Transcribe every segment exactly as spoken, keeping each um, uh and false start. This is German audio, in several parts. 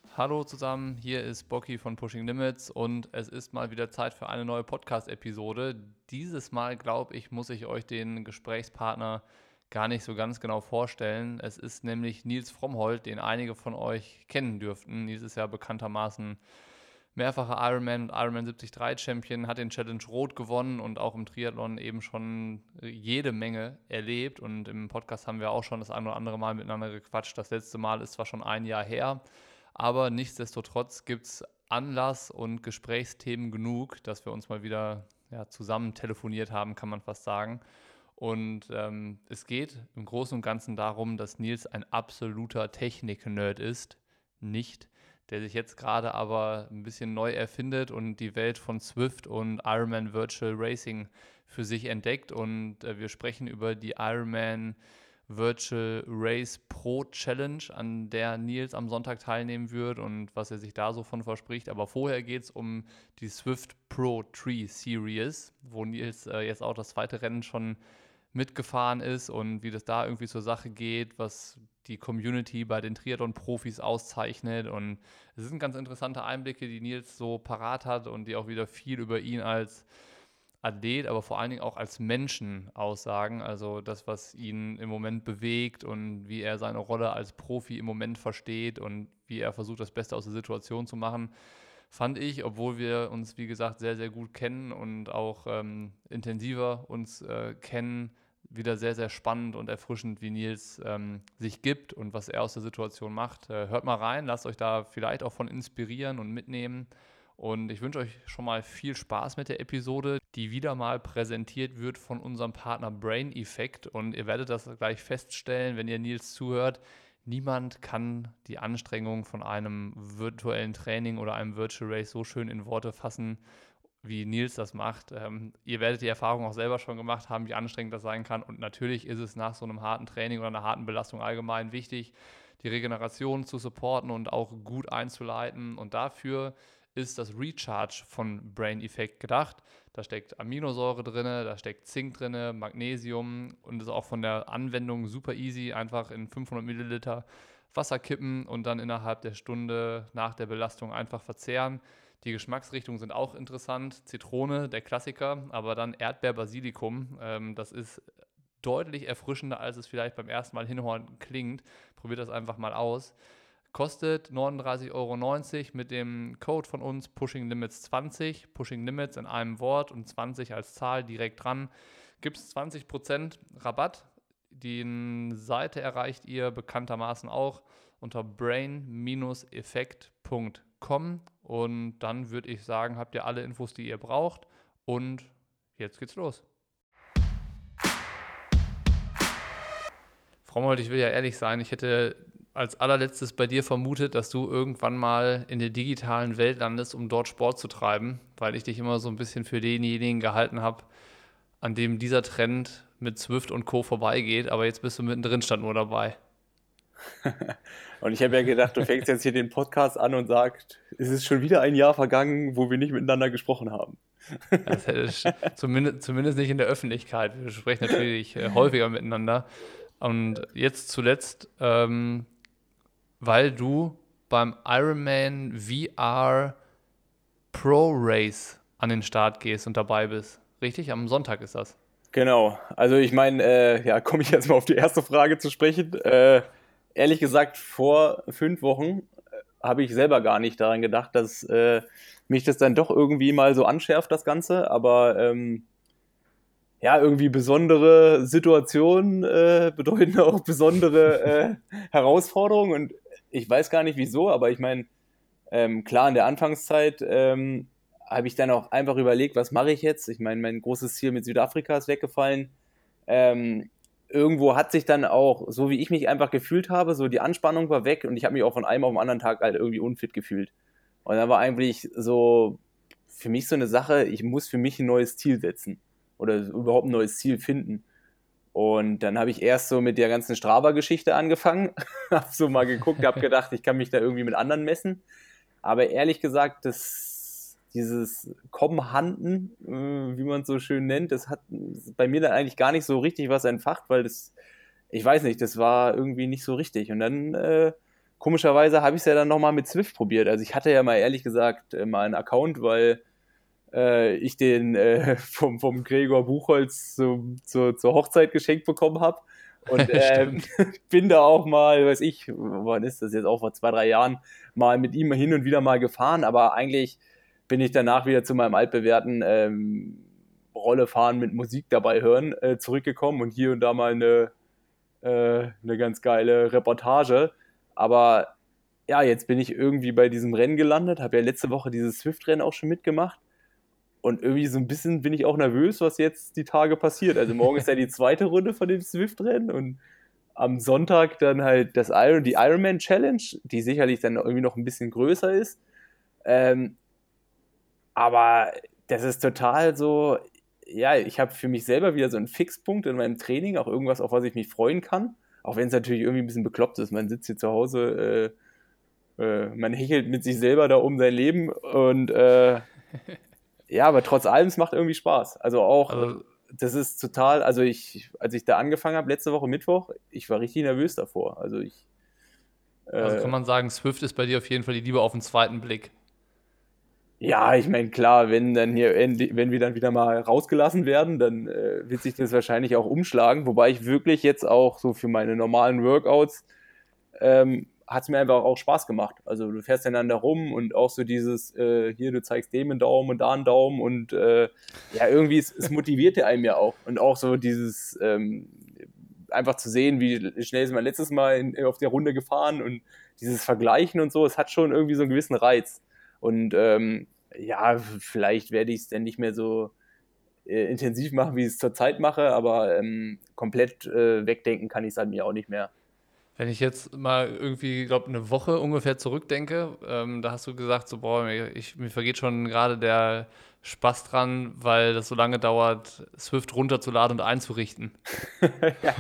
Hallo zusammen, hier ist Bocky von Pushing Limits und es ist mal wieder Zeit für eine neue Podcast-Episode. Dieses Mal, glaube ich, muss ich euch den Gesprächspartner gar nicht so ganz genau vorstellen. Es ist nämlich Nils Frommholt, den einige von euch kennen dürften. Nils ist ja bekanntermaßen mehrfacher Ironman und Ironman siebzig drei Champion, hat den Challenge Rot gewonnen und auch im Triathlon eben schon jede Menge erlebt. Und im Podcast haben wir auch schon das ein oder andere Mal miteinander gequatscht. Das letzte Mal ist zwar schon ein Jahr her, aber nichtsdestotrotz gibt es Anlass und Gesprächsthemen genug, dass wir uns mal wieder ja, zusammen telefoniert haben, kann man fast sagen. Und ähm, es geht im Großen und Ganzen darum, dass Nils ein absoluter Technik-Nerd ist, nicht, der sich jetzt gerade aber ein bisschen neu erfindet und die Welt von Zwift und Ironman Virtual Racing für sich entdeckt. Und äh, wir sprechen über die Ironman Virtual Race Pro Challenge, an der Nils am Sonntag teilnehmen wird und was er sich da so von verspricht. Aber vorher geht es um die Zwift Pro Tree Series, wo Nils äh, jetzt auch das zweite Rennen schon mitgefahren ist und wie das da irgendwie zur Sache geht, was die Community bei den Triathlon-Profis auszeichnet. Und es sind ganz interessante Einblicke, die Nils so parat hat und die auch wieder viel über ihn als Athlet, aber vor allen Dingen auch als Menschen aussagen. Also das, was ihn im Moment bewegt und wie er seine Rolle als Profi im Moment versteht und wie er versucht, das Beste aus der Situation zu machen, fand ich, obwohl wir uns, wie gesagt, sehr, sehr gut kennen und auch ähm, intensiver uns äh, kennen, wieder sehr, sehr spannend und erfrischend, wie Nils ähm, sich gibt und was er aus der Situation macht. Äh, hört mal rein, lasst euch da vielleicht auch von inspirieren und mitnehmen. Und ich wünsche euch schon mal viel Spaß mit der Episode, die wieder mal präsentiert wird von unserem Partner Brain Effect. Und ihr werdet das gleich feststellen, wenn ihr Nils zuhört. Niemand kann die Anstrengung von einem virtuellen Training oder einem Virtual Race so schön in Worte fassen, wie Nils das macht. Ähm, ihr werdet die Erfahrung auch selber schon gemacht haben, wie anstrengend das sein kann. Und natürlich ist es nach so einem harten Training oder einer harten Belastung allgemein wichtig, die Regeneration zu supporten und auch gut einzuleiten. Und dafür ist das Recharge von Brain Effect gedacht. Da steckt Aminosäure drin, da steckt Zink drin, Magnesium und ist auch von der Anwendung super easy. Einfach in fünfhundert Milliliter Wasser kippen und dann innerhalb der Stunde nach der Belastung einfach verzehren. Die Geschmacksrichtungen sind auch interessant. Zitrone, der Klassiker, aber dann Erdbeer-Basilikum. Ähm, das ist deutlich erfrischender, als es vielleicht beim ersten Mal hinhören klingt. Probiert das einfach mal aus. Kostet neununddreißig Euro neunzig mit dem Code von uns Pushing Limits zwanzig. Pushing Limits in einem Wort und zwanzig als Zahl direkt dran. Gibt es zwanzig Prozent Rabatt. Die Seite erreicht ihr bekanntermaßen auch unter brain effekt punkt com und dann würde ich sagen, habt ihr alle Infos, die ihr braucht und jetzt geht's los. Frau Mold, ich will ja ehrlich sein, ich hätte als allerletztes bei dir vermutet, dass du irgendwann mal in der digitalen Welt landest, um dort Sport zu treiben, weil ich dich immer so ein bisschen für denjenigen gehalten habe, an dem dieser Trend mit Zwift und Co. vorbeigeht, aber jetzt bist du mittendrin, stand nur dabei. Und ich habe ja gedacht, du fängst jetzt hier den Podcast an und sagst, es ist schon wieder ein Jahr vergangen, wo wir nicht miteinander gesprochen haben. Das hätte ich zumindest, zumindest nicht in der Öffentlichkeit. Wir sprechen natürlich äh, häufiger miteinander. Und jetzt zuletzt, ähm, weil du beim Ironman V R Pro Race an den Start gehst und dabei bist. Richtig? Am Sonntag ist das. Genau, also ich meine, äh, ja, komme ich jetzt mal auf die erste Frage zu sprechen. Äh, ehrlich gesagt, vor fünf Wochen äh, habe ich selber gar nicht daran gedacht, dass äh, mich das dann doch irgendwie mal so anschärft, das Ganze. Aber ähm, ja, irgendwie besondere Situationen äh, bedeuten auch besondere äh, Herausforderungen. Und ich weiß gar nicht wieso, aber ich meine, ähm, klar, in der Anfangszeit ähm, habe ich dann auch einfach überlegt, was mache ich jetzt? Ich meine, mein großes Ziel mit Südafrika ist weggefallen. Ähm, irgendwo hat sich dann auch, so wie ich mich einfach gefühlt habe, so die Anspannung war weg und ich habe mich auch von einem auf den anderen Tag halt irgendwie unfit gefühlt. Und dann war eigentlich so für mich so eine Sache, ich muss für mich ein neues Ziel setzen oder überhaupt ein neues Ziel finden. Und dann habe ich erst so mit der ganzen Strava-Geschichte angefangen, habe so mal geguckt, habe gedacht, ich kann mich da irgendwie mit anderen messen. Aber ehrlich gesagt, das, dieses Kommen-Handen, äh, wie man es so schön nennt, das hat bei mir dann eigentlich gar nicht so richtig was entfacht, weil das, ich weiß nicht, das war irgendwie nicht so richtig. Und dann äh, komischerweise habe ich es ja dann nochmal mit Zwift probiert. Also ich hatte ja mal ehrlich gesagt äh, mal einen Account, weil äh, ich den äh, vom, vom Gregor Buchholz zu, zu, zur Hochzeit geschenkt bekommen habe. Und äh, bin da auch mal, weiß ich, wann ist das jetzt, auch vor zwei, drei Jahren, mal mit ihm hin und wieder mal gefahren. Aber eigentlich bin ich danach wieder zu meinem altbewährten ähm, Rolle fahren mit Musik dabei hören äh, zurückgekommen und hier und da mal eine, äh, eine ganz geile Reportage. Aber ja, jetzt bin ich irgendwie bei diesem Rennen gelandet, habe ja letzte Woche dieses Swift-Rennen auch schon mitgemacht und irgendwie so ein bisschen bin ich auch nervös, was jetzt die Tage passiert. Also morgen ist ja die zweite Runde von dem Swift-Rennen und am Sonntag dann halt das Iron, die Ironman Challenge, die sicherlich dann irgendwie noch ein bisschen größer ist. Ähm, aber das ist total so, ja, ich habe für mich selber wieder so einen Fixpunkt in meinem Training, auch irgendwas, auf was ich mich freuen kann. Auch wenn es natürlich irgendwie ein bisschen bekloppt ist. Man sitzt hier zu Hause, äh, äh, man hechelt mit sich selber da um sein Leben und äh, ja, aber trotz allem, es macht irgendwie Spaß. Also auch, also, das ist total, also ich, als ich da angefangen habe, letzte Woche Mittwoch, ich war richtig nervös davor. Also ich. Äh, also kann man sagen, Zwift ist bei dir auf jeden Fall die Liebe auf den zweiten Blick. Ja, ich meine, klar, wenn dann hier, wenn wir dann wieder mal rausgelassen werden, dann äh, wird sich das wahrscheinlich auch umschlagen, wobei ich wirklich jetzt auch so für meine normalen Workouts ähm, hat es mir einfach auch Spaß gemacht. Also du fährst dann da rum und auch so dieses, äh, hier, du zeigst dem einen Daumen und da einen Daumen und äh, ja, irgendwie, es, es motiviert ja einem ja auch. Und auch so dieses, ähm, einfach zu sehen, wie schnell ist man letztes Mal in, auf der Runde gefahren und dieses Vergleichen und so, es hat schon irgendwie so einen gewissen Reiz. Und ähm, ja, vielleicht werde ich es dann nicht mehr so äh, intensiv machen, wie ich es zurzeit mache, aber ähm, komplett äh, wegdenken kann ich es an mir auch nicht mehr. Wenn ich jetzt mal irgendwie, glaube eine Woche ungefähr zurückdenke, ähm, da hast du gesagt, so, boah, ich, mir vergeht schon gerade der Spaß dran, weil das so lange dauert, Swift runterzuladen und einzurichten. ja.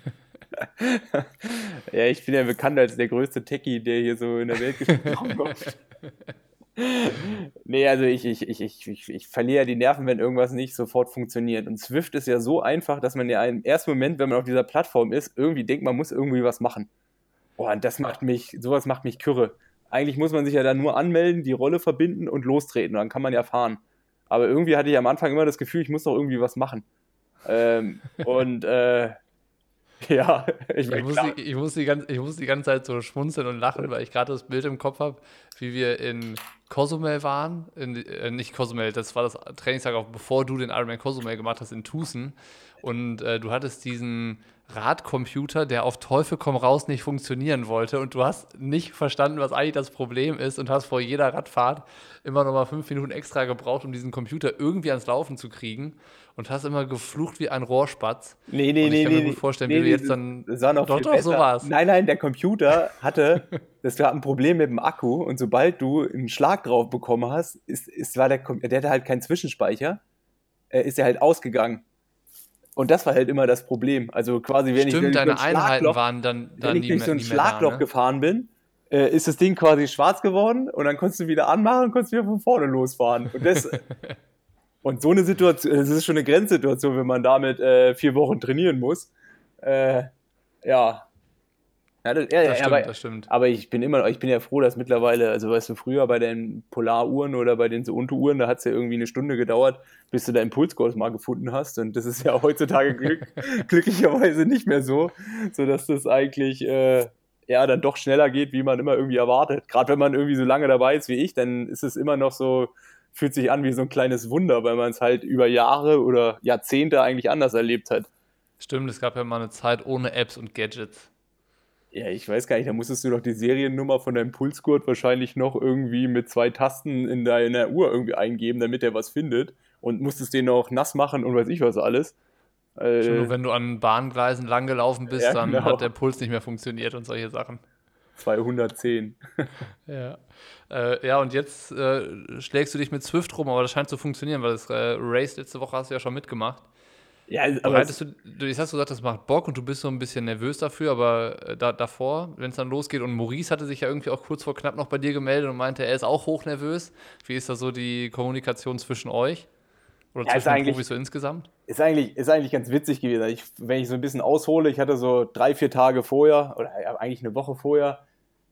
ja, ich bin ja bekannt als der größte Techie, der hier so in der Welt gesprochen wird. nee, also ich, ich, ich, ich, ich, ich verliere ja die Nerven, wenn irgendwas nicht sofort funktioniert. Und Swift ist ja so einfach, dass man ja im ersten Moment, wenn man auf dieser Plattform ist, irgendwie denkt, man muss irgendwie was machen. Boah, und das macht mich, sowas macht mich kürre. Eigentlich muss man sich ja dann nur anmelden, die Rolle verbinden und lostreten. Dann kann man ja fahren. Aber irgendwie hatte ich am Anfang immer das Gefühl, ich muss doch irgendwie was machen. Ähm, und äh, ja, ich, ich, muss die, ich, muss die ganze, ich muss die ganze Zeit so schmunzeln und lachen, weil ich gerade das Bild im Kopf habe, wie wir in Cozumel waren. In, äh, nicht Cozumel, das war das Trainingstag, auch bevor du den Ironman Cozumel gemacht hast, in Tucson. Und äh, du hattest diesen Radcomputer, der auf Teufel komm raus nicht funktionieren wollte. Und du hast nicht verstanden, was eigentlich das Problem ist und hast vor jeder Radfahrt immer noch mal fünf Minuten extra gebraucht, um diesen Computer irgendwie ans Laufen zu kriegen. Und hast immer geflucht wie ein Rohrspatz. Nee, nee, und ich nee, kann nee, mir gut vorstellen, nee, wie du nee, jetzt dann. Das war noch doch, viel doch, besser. so war's. Nein, nein, der Computer hatte, das war ein Problem mit dem Akku und sobald du einen Schlag drauf bekommen hast, ist, ist, war der, der hatte halt keinen Zwischenspeicher, äh, ist er halt ausgegangen. Und das war halt immer das Problem. Also quasi, wenn Stimmt, ich, wenn deine ich durch ein Einheiten Schlagloch, waren dann, dann wenn ich nie, durch so ein nie mehr da, Schlagloch ne? gefahren bin, äh, ist das Ding quasi schwarz geworden und dann konntest du wieder anmachen und konntest wieder von vorne losfahren. Und das Und so eine Situation, das ist schon eine Grenzsituation, wenn man damit äh, vier Wochen trainieren muss. Äh, ja. ja, das, ja Das stimmt, aber, das stimmt. aber ich bin immer, ich bin ja froh, dass mittlerweile, also weißt du, früher bei den Polaruhren oder bei den Suunto-Uhren, da hat es ja irgendwie eine Stunde gedauert, bis du deinen Pulskurs mal gefunden hast. Und das ist ja heutzutage glück, glücklicherweise nicht mehr so, sodass das eigentlich äh, ja dann doch schneller geht, wie man immer irgendwie erwartet. Gerade wenn man irgendwie so lange dabei ist wie ich, dann ist es immer noch so, fühlt sich an wie so ein kleines Wunder, weil man es halt über Jahre oder Jahrzehnte eigentlich anders erlebt hat. Stimmt, es gab ja mal eine Zeit ohne Apps und Gadgets. Ja, ich weiß gar nicht, da musstest du doch die Seriennummer von deinem Pulsgurt wahrscheinlich noch irgendwie mit zwei Tasten in deiner Uhr irgendwie eingeben, damit er was findet und musstest den noch nass machen und weiß ich was alles. Äh, Schon nur wenn du an Bahngleisen langgelaufen bist, ja, dann genau. hat der Puls nicht mehr funktioniert und solche Sachen. zweihundertzehn. ja. Äh, ja, und jetzt äh, schlägst du dich mit Zwift rum, aber das scheint zu funktionieren, weil das äh, Race letzte Woche hast du ja schon mitgemacht. Ja, aber Bereitest du, du, jetzt hast du gesagt, das macht Bock und du bist so ein bisschen nervös dafür, aber äh, da, davor, wenn es dann losgeht, und Maurice hatte sich ja irgendwie auch kurz vor knapp noch bei dir gemeldet und meinte, er ist auch hochnervös. Wie ist da so die Kommunikation zwischen euch? Oder ja, zwischen den Profis so insgesamt? Ist eigentlich, ist eigentlich ganz witzig gewesen. Ich, wenn ich so ein bisschen aushole, ich hatte so drei, vier Tage vorher, oder ja, eigentlich eine Woche vorher,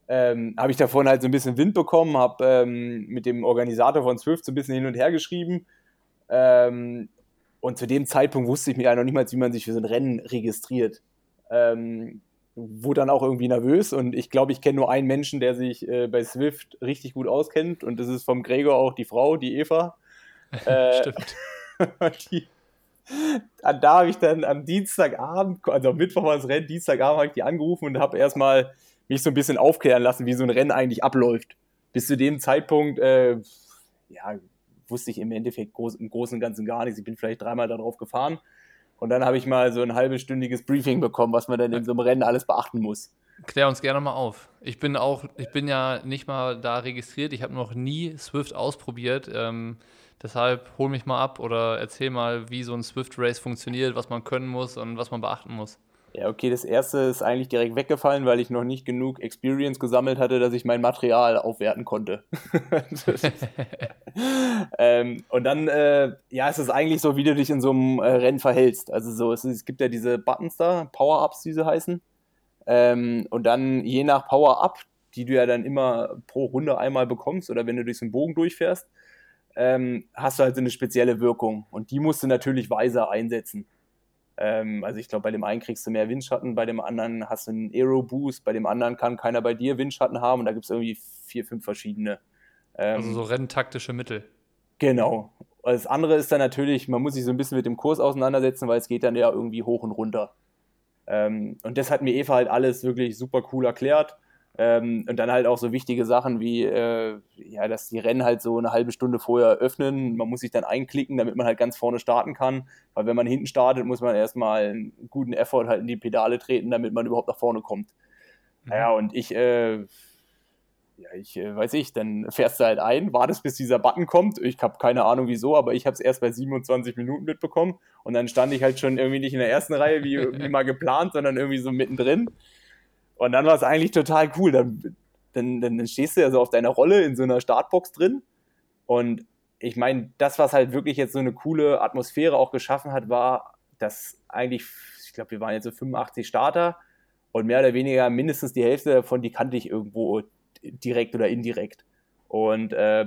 ähm, habe ich davon halt so ein bisschen Wind bekommen, habe ähm, mit dem Organisator von Zwift so ein bisschen hin und her geschrieben. Ähm, und zu dem Zeitpunkt wusste ich mir ja noch nicht mal, wie man sich für so ein Rennen registriert. Ähm, wurde dann auch irgendwie nervös und ich glaube, ich kenne nur einen Menschen, der sich äh, bei Zwift richtig gut auskennt und das ist vom Gregor auch die Frau, die Eva. Äh, Stimmt. die, da habe ich dann am Dienstagabend, also am Mittwoch war das Rennen, Dienstagabend habe ich die angerufen und habe erstmal mich so ein bisschen aufklären lassen, wie so ein Rennen eigentlich abläuft. Bis zu dem Zeitpunkt, äh, ja, wusste ich im Endeffekt groß, im Großen und Ganzen gar nichts. Ich bin vielleicht dreimal darauf gefahren und dann habe ich mal so ein halbstündiges Briefing bekommen, was man dann in so einem Rennen alles beachten muss. Klär uns gerne mal auf. Ich bin auch, ich bin ja nicht mal da registriert. Ich habe noch nie Zwift ausprobiert. Ähm, deshalb hol mich mal ab oder erzähl mal, wie so ein Zwift Race funktioniert, was man können muss und was man beachten muss. Ja, okay, das erste ist eigentlich direkt weggefallen, weil ich noch nicht genug Experience gesammelt hatte, dass ich mein Material aufwerten konnte. ähm, und dann, äh, ja, es ist eigentlich so, wie du dich in so einem äh, Rennen verhältst. Also so, es, ist, es gibt ja diese Buttons da, Power-Ups, wie sie heißen. Ähm, und dann je nach Power-Up, die du ja dann immer pro Runde einmal bekommst oder wenn du durch so einen Bogen durchfährst, ähm, hast du halt so eine spezielle Wirkung. Und die musst du natürlich weiser einsetzen. Ähm, also ich glaube, bei dem einen kriegst du mehr Windschatten, bei dem anderen hast du einen Aero-Boost, bei dem anderen kann keiner bei dir Windschatten haben und da gibt es irgendwie vier, fünf verschiedene. Also so Ähm, renntaktische Mittel. genau. Das andere ist dann natürlich, man muss sich so ein bisschen mit dem Kurs auseinandersetzen, weil es geht dann ja irgendwie hoch und runter. Ähm, und das hat mir Eva halt alles wirklich super cool erklärt. Ähm, und dann halt auch so wichtige Sachen wie, äh, ja, dass die Rennen halt so eine halbe Stunde vorher öffnen. Man muss sich dann einklicken, damit man halt ganz vorne starten kann. Weil wenn man hinten startet, muss man erstmal einen guten Effort halt in die Pedale treten, damit man überhaupt nach vorne kommt. Mhm. Naja, und ich, äh, ja, ich äh, weiß ich, dann fährst du halt ein, wartest, bis dieser Button kommt. Ich habe keine Ahnung wieso, aber ich habe es erst bei siebenundzwanzig Minuten mitbekommen. Und dann stand ich halt schon irgendwie nicht in der ersten Reihe, wie, wie mal geplant, sondern irgendwie so mittendrin. Und dann war es eigentlich total cool. Dann, dann, dann stehst du ja so auf deiner Rolle in so einer Startbox drin. Und ich meine, das, was halt wirklich jetzt so eine coole Atmosphäre auch geschaffen hat, war, dass eigentlich, ich glaube, wir waren jetzt so fünfundachtzig Starter und mehr oder weniger mindestens die Hälfte davon, die kannte ich irgendwo direkt oder indirekt. Und äh,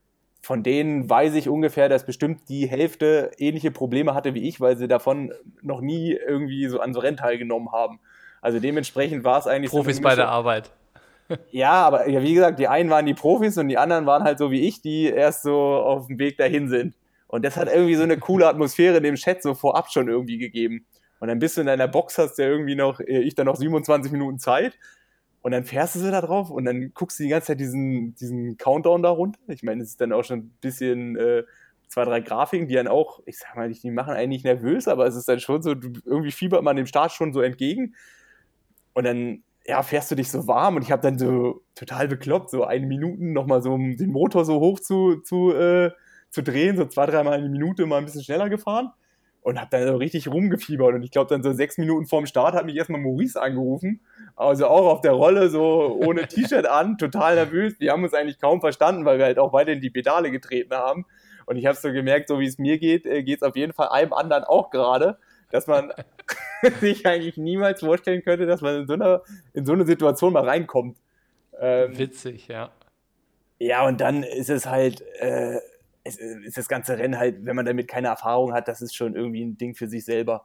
von denen weiß ich ungefähr, dass bestimmt die Hälfte ähnliche Probleme hatte wie ich, weil sie davon noch nie irgendwie so an so Rennen teilgenommen haben. Also dementsprechend war es eigentlich so eine Profis bei der Mischung. Arbeit. Ja, aber ja, wie gesagt, die einen waren die Profis und die anderen waren halt so wie ich, die erst so auf dem Weg dahin sind. Und das hat irgendwie so eine coole Atmosphäre in dem Chat so vorab schon irgendwie gegeben. Und dann bist du in deiner Box, hast ja irgendwie noch, ich dann noch siebenundzwanzig Minuten Zeit. Und dann fährst du so da drauf und dann guckst du die ganze Zeit diesen, diesen Countdown da runter. Ich meine, es ist dann auch schon ein bisschen äh, zwei, drei Grafiken, die dann auch, ich sag mal, die machen einen nicht nervös, aber es ist dann schon so, du, irgendwie fiebert man dem Start schon so entgegen. Und dann, ja, fährst du dich so warm und ich habe dann so total bekloppt, so eine Minute nochmal so um den Motor so hoch zu, zu, äh, zu drehen, so zwei, dreimal eine Minute mal ein bisschen schneller gefahren und habe dann so richtig rumgefiebert. Und ich glaube, dann so sechs Minuten vorm Start hat mich erstmal Maurice angerufen, also auch auf der Rolle, so ohne T-Shirt an, total nervös. Wir haben uns eigentlich kaum verstanden, weil wir halt auch weiter in die Pedale getreten haben. Und ich habe so gemerkt, so wie es mir geht, geht es auf jeden Fall einem anderen auch gerade, dass man sich eigentlich niemals vorstellen könnte, dass man in so, einer, in so eine Situation mal reinkommt. Ähm, Witzig, ja. ja, und dann ist es halt, äh, ist, ist das ganze Rennen halt, wenn man damit keine Erfahrung hat, das ist schon irgendwie ein Ding für sich selber.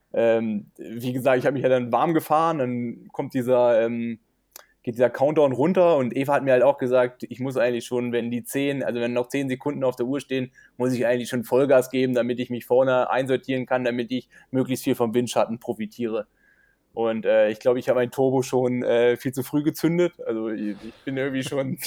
Ähm, wie gesagt, ich habe mich ja dann warm gefahren, dann kommt dieser, ähm, geht dieser Countdown runter und Eva hat mir halt auch gesagt, ich muss eigentlich schon, wenn die zehn, also wenn noch zehn Sekunden auf der Uhr stehen, muss ich eigentlich schon Vollgas geben, damit ich mich vorne einsortieren kann, damit ich möglichst viel vom Windschatten profitiere. Und äh, ich glaube, ich habe mein Turbo schon äh, viel zu früh gezündet. Also ich, ich bin irgendwie schon,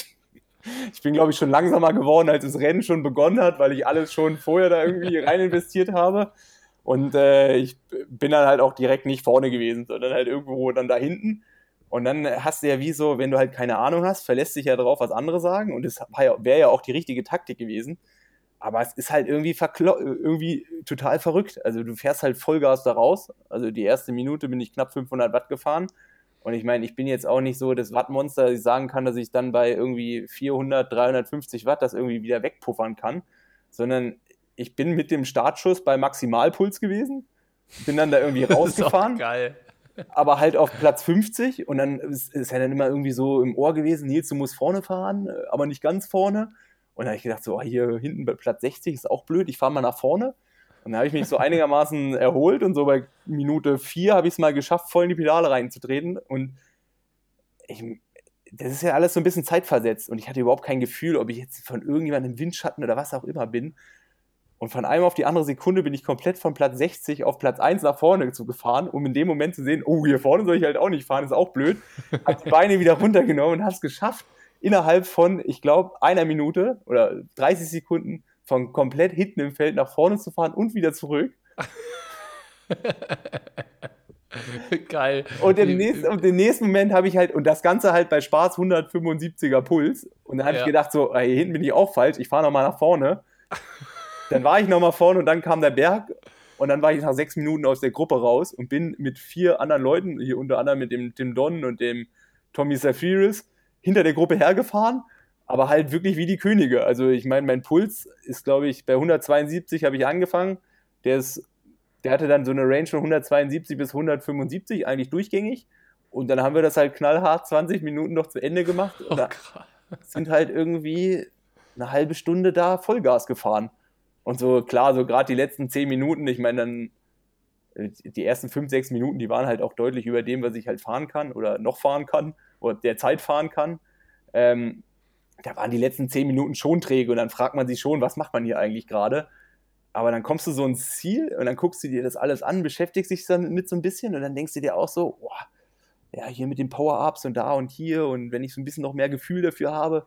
ich bin glaube ich schon langsamer geworden, als das Rennen schon begonnen hat, weil ich alles schon vorher da irgendwie rein investiert habe. Und äh, ich bin dann halt auch direkt nicht vorne gewesen, sondern halt irgendwo dann da hinten. Und dann hast du ja wie so, wenn du halt keine Ahnung hast, verlässt dich ja darauf, was andere sagen. Und das wäre ja auch die richtige Taktik gewesen. Aber es ist halt irgendwie, verklo- irgendwie total verrückt. Also du fährst halt Vollgas da raus. Also die erste Minute bin ich knapp fünfhundert Watt gefahren. Und ich meine, ich bin jetzt auch nicht so das Wattmonster, dass ich sagen kann, dass ich dann bei irgendwie vierhundert, dreihundertfünfzig Watt das irgendwie wieder wegpuffern kann. Sondern ich bin mit dem Startschuss bei Maximalpuls gewesen. Bin dann da irgendwie Das ist auch rausgefahren. geil. aber halt auf Platz fünfzig und dann ist, ist er dann immer irgendwie so im Ohr gewesen, Nils, du musst vorne fahren, aber nicht ganz vorne. Und da habe ich gedacht, so, hier hinten bei Platz sechzig ist auch blöd, ich fahre mal nach vorne. Und dann habe ich mich so einigermaßen erholt und so bei Minute vier habe ich es mal geschafft, voll in die Pedale reinzutreten. Und ich, das ist ja alles so ein bisschen zeitversetzt und ich hatte überhaupt kein Gefühl, ob ich jetzt von irgendjemandem im Windschatten oder was auch immer bin. Und von einem auf die andere Sekunde bin ich komplett von Platz sechzig auf Platz eins nach vorne zu gefahren, um in dem Moment zu sehen, oh, hier vorne soll ich halt auch nicht fahren, ist auch blöd. Hab die Beine wieder runtergenommen und hab's geschafft, innerhalb von, ich glaube, einer Minute oder dreißig Sekunden von komplett hinten im Feld nach vorne zu fahren und wieder zurück. Geil. Und im Wie, nächsten, und im nächsten Moment habe ich halt, und das Ganze halt bei Spaß hundertfünfundsiebziger Puls. Und dann habe ich ja. gedacht, so, ey, hier hinten bin ich auch falsch, ich fahre nochmal nach vorne. Dann war ich nochmal vorne und dann kam der Berg. Und dann war ich nach sechs Minuten aus der Gruppe raus und bin mit vier anderen Leuten, hier unter anderem mit dem Tim Don und dem Tommy Zafiris, hinter der Gruppe hergefahren. Aber halt wirklich wie die Könige. Also ich meine, mein Puls ist, glaube ich, bei hundertzweiundsiebzig habe ich angefangen. Der ist Der hatte dann so eine Range von hundertzweiundsiebzig bis hundertfünfundsiebzig, eigentlich durchgängig. Und dann haben wir das halt knallhart zwanzig Minuten noch zu Ende gemacht. Und Oh, da krass. sind halt irgendwie eine halbe Stunde da Vollgas gefahren. Und so, klar, so gerade die letzten zehn Minuten, ich meine, dann äh, die ersten fünf, sechs Minuten, die waren halt auch deutlich über dem, was ich halt fahren kann oder noch fahren kann oder derzeit fahren kann. Ähm, Da waren die letzten zehn Minuten schon träge und dann fragt man sich schon, was macht man hier eigentlich gerade? Aber dann kommst du so ins Ziel und dann guckst du dir das alles an, beschäftigst dich damit so ein bisschen und dann denkst du dir auch so, boah, ja, hier mit den Power-Ups und da und hier und wenn ich so ein bisschen noch mehr Gefühl dafür habe,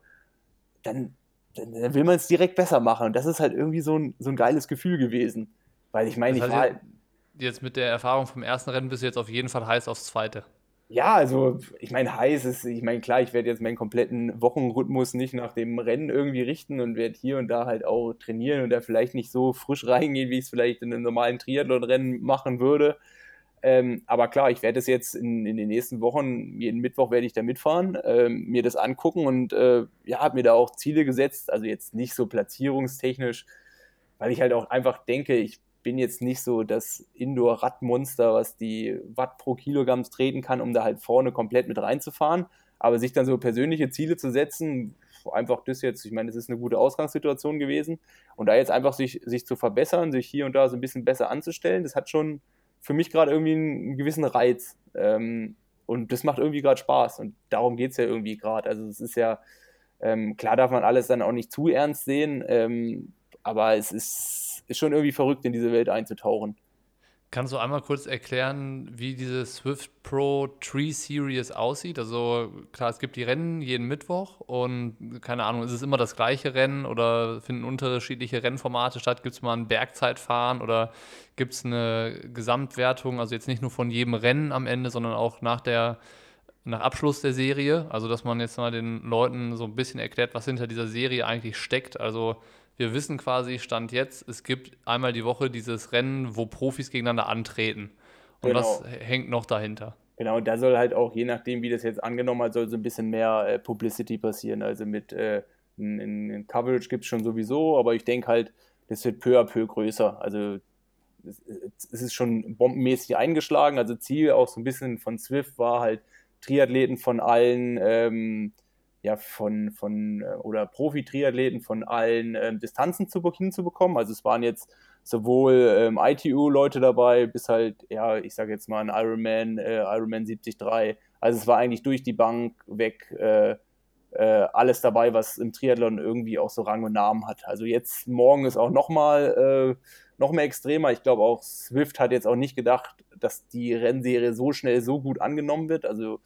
dann, dann, dann will man es direkt besser machen. Und das ist halt irgendwie so ein, so ein geiles Gefühl gewesen. Weil ich meine, Das ich heißt, war, jetzt, jetzt mit der Erfahrung vom ersten Rennen bist du jetzt auf jeden Fall heiß aufs zweite. ja, also ich meine, heiß ist, ich meine, klar, ich werde jetzt meinen kompletten Wochenrhythmus nicht nach dem Rennen irgendwie richten und werde hier und da halt auch trainieren und da vielleicht nicht so frisch reingehen, wie ich es vielleicht in einem normalen Triathlon-Rennen machen würde. Ähm, aber klar, ich werde es jetzt in, in den nächsten Wochen, jeden Mittwoch werde ich da mitfahren, ähm, mir das angucken und äh, ja, habe mir da auch Ziele gesetzt, also jetzt nicht so platzierungstechnisch, weil ich halt auch einfach denke, ich bin jetzt nicht so das Indoor-Radmonster, was die Watt pro Kilogramm treten kann, um da halt vorne komplett mit reinzufahren. Aber sich dann so persönliche Ziele zu setzen, einfach das jetzt, ich meine, es ist eine gute Ausgangssituation gewesen. Und da jetzt einfach sich, sich zu verbessern, sich hier und da so ein bisschen besser anzustellen, das hat schon für mich gerade irgendwie einen, einen gewissen Reiz. Ähm, und das macht irgendwie gerade Spaß. Und darum geht es ja irgendwie gerade. Also es ist ja, ähm, klar darf man alles dann auch nicht zu ernst sehen, ähm, aber es ist, ist schon irgendwie verrückt, in diese Welt einzutauchen. Kannst du einmal kurz erklären, wie diese Swift Pro Tree Series aussieht? Also klar, es gibt die Rennen jeden Mittwoch und keine Ahnung, ist es immer das gleiche Rennen oder finden unterschiedliche Rennformate statt? Gibt es mal ein Bergzeitfahren oder gibt es eine Gesamtwertung, also jetzt nicht nur von jedem Rennen am Ende, sondern auch nach der nach Abschluss der Serie, also dass man jetzt mal den Leuten so ein bisschen erklärt, was hinter dieser Serie eigentlich steckt. Also wir wissen quasi, Stand jetzt, es gibt einmal die Woche dieses Rennen, wo Profis gegeneinander antreten. Und was Genau. hängt noch dahinter? Genau, und da soll halt auch, je nachdem, wie das jetzt angenommen hat, soll so ein bisschen mehr äh, Publicity passieren. Also mit äh, ein, ein Coverage gibt es schon sowieso, aber ich denke halt, das wird peu à peu größer. Also es, es ist schon bombenmäßig eingeschlagen. Also Ziel auch so ein bisschen von Zwift war halt Triathleten von allen, ähm, ja, von, von äh, oder Profi-Triathleten von allen ähm, Distanzen zu, hinzubekommen. Also es waren jetzt sowohl ähm, I T U-Leute dabei, bis halt, ja, ich sage jetzt mal ein Ironman, äh, Ironman siebzig drei. Also es war eigentlich durch die Bank weg äh, äh, alles dabei, was im Triathlon irgendwie auch so Rang und Namen hat. Also jetzt morgen ist auch nochmal äh, noch mehr extremer. Ich glaube auch Swift hat jetzt auch nicht gedacht, dass die Rennserie so schnell so gut angenommen wird. Also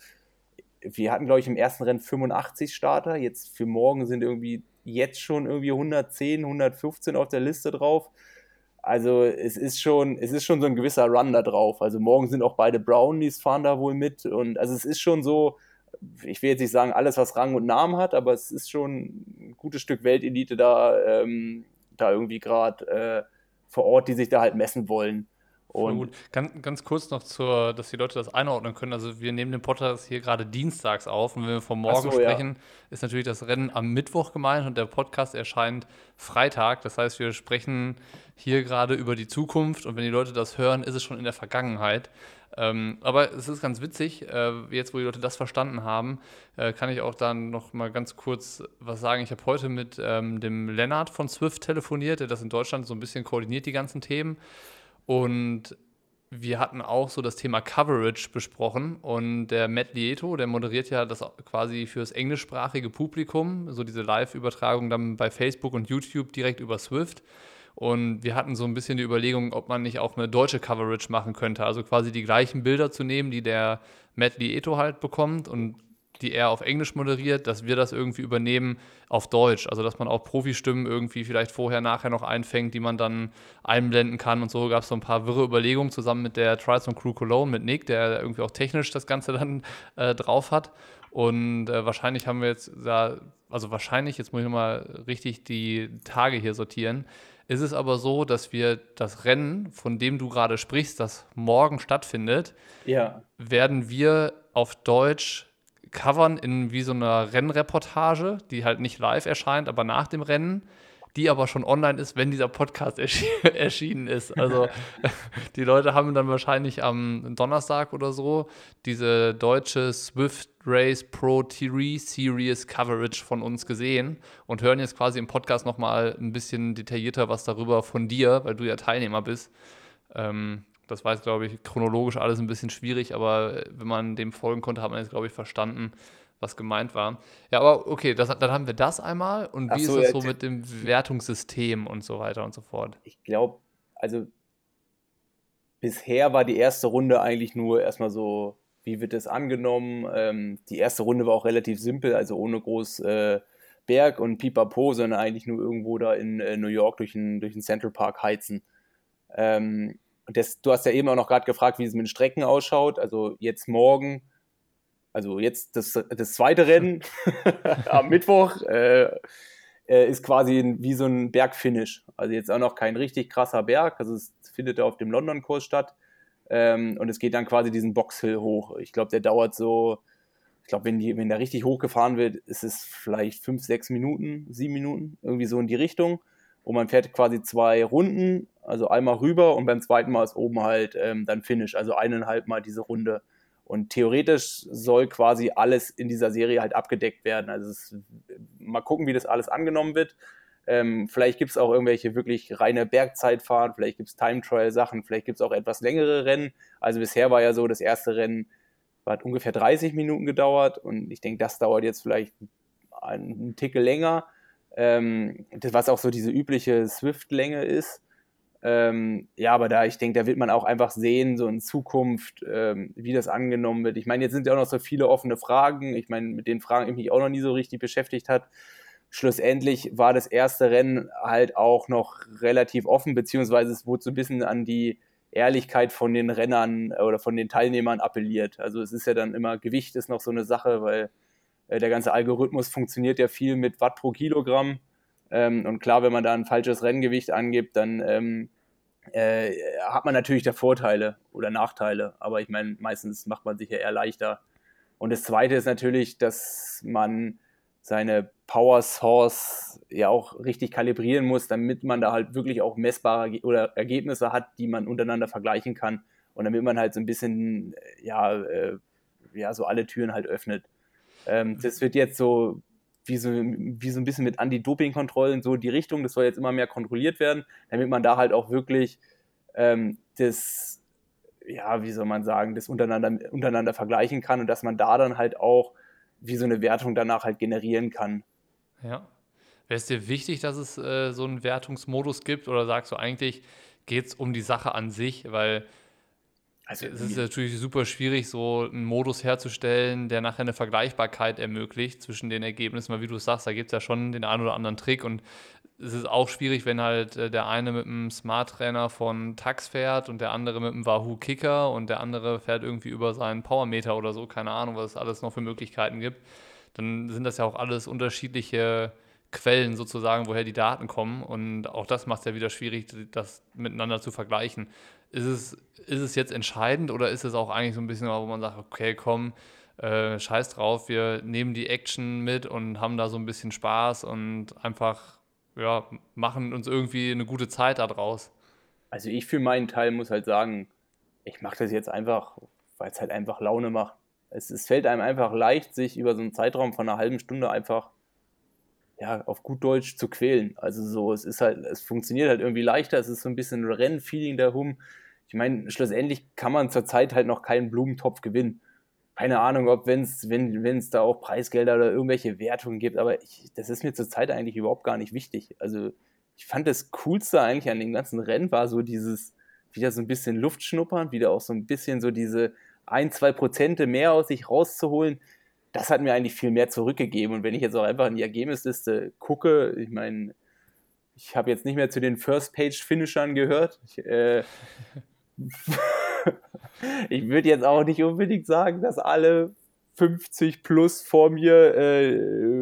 wir hatten, glaube ich, im ersten Rennen fünfundachtzig Starter. Jetzt für morgen sind irgendwie jetzt schon irgendwie hundertzehn, hundertfünfzehn auf der Liste drauf. Also es ist schon, es ist schon so ein gewisser Run da drauf. Also morgen sind auch beide Brownies fahren da wohl mit. Und also es ist schon so, ich will jetzt nicht sagen, alles, was Rang und Namen hat, aber es ist schon ein gutes Stück Weltelite da, ähm, da irgendwie gerade äh, vor Ort, die sich da halt messen wollen. Voll Und gut. Ganz, ganz kurz noch zur, dass die Leute das einordnen können. Also wir nehmen den Podcast hier gerade dienstags auf und wenn wir vom ach Morgen so, ja. sprechen, ist natürlich das Rennen am Mittwoch gemeint und der Podcast erscheint Freitag. Das heißt, wir sprechen hier gerade über die Zukunft und wenn die Leute das hören, ist es schon in der Vergangenheit. Ähm, aber es ist ganz witzig, äh, jetzt wo die Leute das verstanden haben, äh, kann ich auch dann noch mal ganz kurz was sagen. Ich habe heute mit ähm, dem Lennart von Swift telefoniert, der das in Deutschland so ein bisschen koordiniert, die ganzen Themen. Und wir hatten auch so das Thema Coverage besprochen und der Matt Lieto, der moderiert ja das quasi fürs englischsprachige Publikum, so diese Live-Übertragung dann bei Facebook und YouTube direkt über Swift. Und wir hatten so ein bisschen die Überlegung, ob man nicht auch eine deutsche Coverage machen könnte, also quasi die gleichen Bilder zu nehmen, die der Matt Lieto halt bekommt und die er auf Englisch moderiert, dass wir das irgendwie übernehmen auf Deutsch. Also dass man auch Profistimmen irgendwie vielleicht vorher, nachher noch einfängt, die man dann einblenden kann. Und so gab es so ein paar wirre Überlegungen zusammen mit der Triathlon Crew Cologne, mit Nick, der irgendwie auch technisch das Ganze dann äh, drauf hat. Und äh, wahrscheinlich haben wir jetzt da, also wahrscheinlich, jetzt muss ich nochmal richtig die Tage hier sortieren, ist es aber so, dass wir das Rennen, von dem du gerade sprichst, das morgen stattfindet, Ja. werden wir auf Deutsch covern in wie so einer Rennreportage, die halt nicht live erscheint, aber nach dem Rennen, die aber schon online ist, wenn dieser Podcast erschi erschienen ist. Also die Leute haben dann wahrscheinlich am Donnerstag oder so diese deutsche Swift Race Pro T Series Coverage von uns gesehen und hören jetzt quasi im Podcast nochmal ein bisschen detaillierter was darüber von dir, weil du ja Teilnehmer bist. Ähm, das war jetzt, glaube ich, chronologisch alles ein bisschen schwierig, aber wenn man dem folgen konnte, hat man jetzt, glaube ich, verstanden, was gemeint war. Ja, aber okay, das, dann haben wir das einmal. Und Ach wie ist so, das ja, so t- mit dem Wertungssystem und so weiter und so fort? ich glaube, also bisher war die erste Runde eigentlich nur erstmal so, wie wird das angenommen? Ähm, die erste Runde war auch relativ simpel, also ohne groß äh, Berg und Pipapo, sondern eigentlich nur irgendwo da in äh, New York durch den, durch den Central Park heizen. Ähm, und das, du hast ja eben auch noch gerade gefragt, wie es mit den Strecken ausschaut. Also jetzt morgen, also jetzt das, das zweite Rennen am Mittwoch äh, äh, ist quasi ein, wie so ein Bergfinish. Also jetzt auch noch kein richtig krasser Berg. Also es findet ja auf dem London-Kurs statt. Ähm, und es geht dann quasi diesen Boxhill hoch. Ich glaube, der dauert so, ich glaube, wenn, die, wenn der richtig hochgefahren wird, ist es vielleicht fünf, sechs Minuten, sieben Minuten, irgendwie so in die Richtung. Und man fährt quasi zwei Runden, also einmal rüber und beim zweiten Mal ist oben halt ähm, dann Finish, also eineinhalb Mal diese Runde. Und theoretisch soll quasi alles in dieser Serie halt abgedeckt werden. Also es, mal gucken, wie das alles angenommen wird. Ähm, vielleicht gibt es auch irgendwelche wirklich reine Bergzeitfahren, vielleicht gibt es Time-Trial-Sachen, vielleicht gibt es auch etwas längere Rennen. Also bisher war ja so, das erste Rennen hat ungefähr dreißig Minuten gedauert und ich denke, das dauert jetzt vielleicht einen Tickel länger, ähm, das, was auch so diese übliche Swift-Länge ist. Ähm, ja, aber da, ich denke, da wird man auch einfach sehen, so in Zukunft, ähm, wie das angenommen wird. Ich meine, jetzt sind ja auch noch so viele offene Fragen. Ich meine, mit den Fragen, die mich auch noch nie so richtig beschäftigt hat. Schlussendlich war das erste Rennen halt auch noch relativ offen, beziehungsweise es wurde so ein bisschen an die Ehrlichkeit von den Rennern oder von den Teilnehmern appelliert. Also es ist ja dann immer, Gewicht ist noch so eine Sache, weil äh, der ganze Algorithmus funktioniert ja viel mit Watt pro Kilogramm. Ähm, und klar, wenn man da ein falsches Renngewicht angibt, dann ähm, äh, hat man natürlich da Vorteile oder Nachteile. Aber ich meine, meistens macht man sich ja eher leichter. Und das Zweite ist natürlich, dass man seine Power Source ja auch richtig kalibrieren muss, damit man da halt wirklich auch messbare oder Ergebnisse hat, die man untereinander vergleichen kann. Und damit man halt so ein bisschen, ja, äh, ja so alle Türen halt öffnet. Ähm, das wird jetzt so wie so, wie so ein bisschen mit Anti-Doping-Kontrollen so die Richtung, das soll jetzt immer mehr kontrolliert werden, damit man da halt auch wirklich ähm, das, ja, wie soll man sagen, das untereinander, untereinander vergleichen kann und dass man da dann halt auch wie so eine Wertung danach halt generieren kann. Ja. Wäre es dir wichtig, dass es äh, so einen Wertungsmodus gibt oder sagst du eigentlich, geht es um die Sache an sich? Weil Also es ist natürlich super schwierig, so einen Modus herzustellen, der nachher eine Vergleichbarkeit ermöglicht zwischen den Ergebnissen, weil wie du es sagst, da gibt es ja schon den einen oder anderen Trick und es ist auch schwierig, wenn halt äh, der eine mit einem Smart Trainer von Tax fährt und der andere mit einem Wahoo Kicker und der andere fährt irgendwie über seinen Powermeter oder so, keine Ahnung, was es alles noch für Möglichkeiten gibt. Dann sind das ja auch alles unterschiedliche Quellen sozusagen, woher die Daten kommen und auch das macht es ja wieder schwierig, das miteinander zu vergleichen. ist es, ist es jetzt entscheidend oder ist es auch eigentlich so ein bisschen, wo man sagt, okay, komm, äh, scheiß drauf, wir nehmen die Action mit und haben da so ein bisschen Spaß und einfach, ja, machen uns irgendwie eine gute Zeit da draus. Also ich für meinen Teil muss halt sagen, ich mache das jetzt einfach, weil es halt einfach Laune macht. Es, es fällt einem einfach leicht, sich über so einen Zeitraum von einer halben Stunde einfach, ja, auf gut Deutsch zu quälen. Also so, es ist halt, es funktioniert halt irgendwie leichter, es ist so ein bisschen ein Rennfeeling da rum. Ich meine, schlussendlich kann man zurzeit halt noch keinen Blumentopf gewinnen. Keine Ahnung, ob wenn's, wenn es da auch Preisgelder oder irgendwelche Wertungen gibt, aber ich, das ist mir zurzeit eigentlich überhaupt gar nicht wichtig. Also ich fand das Coolste eigentlich an dem ganzen Rennen war so dieses, wieder so ein bisschen Luft schnuppern, wieder auch so ein bisschen so diese ein, zwei Prozente mehr aus sich rauszuholen. Das hat mir eigentlich viel mehr zurückgegeben. Und wenn ich jetzt auch einfach in die Ergebnisliste gucke, ich meine, ich habe jetzt nicht mehr zu den First-Page-Finishern gehört. Ich, äh, ich würde jetzt auch nicht unbedingt sagen, dass alle fünfzig plus vor mir äh,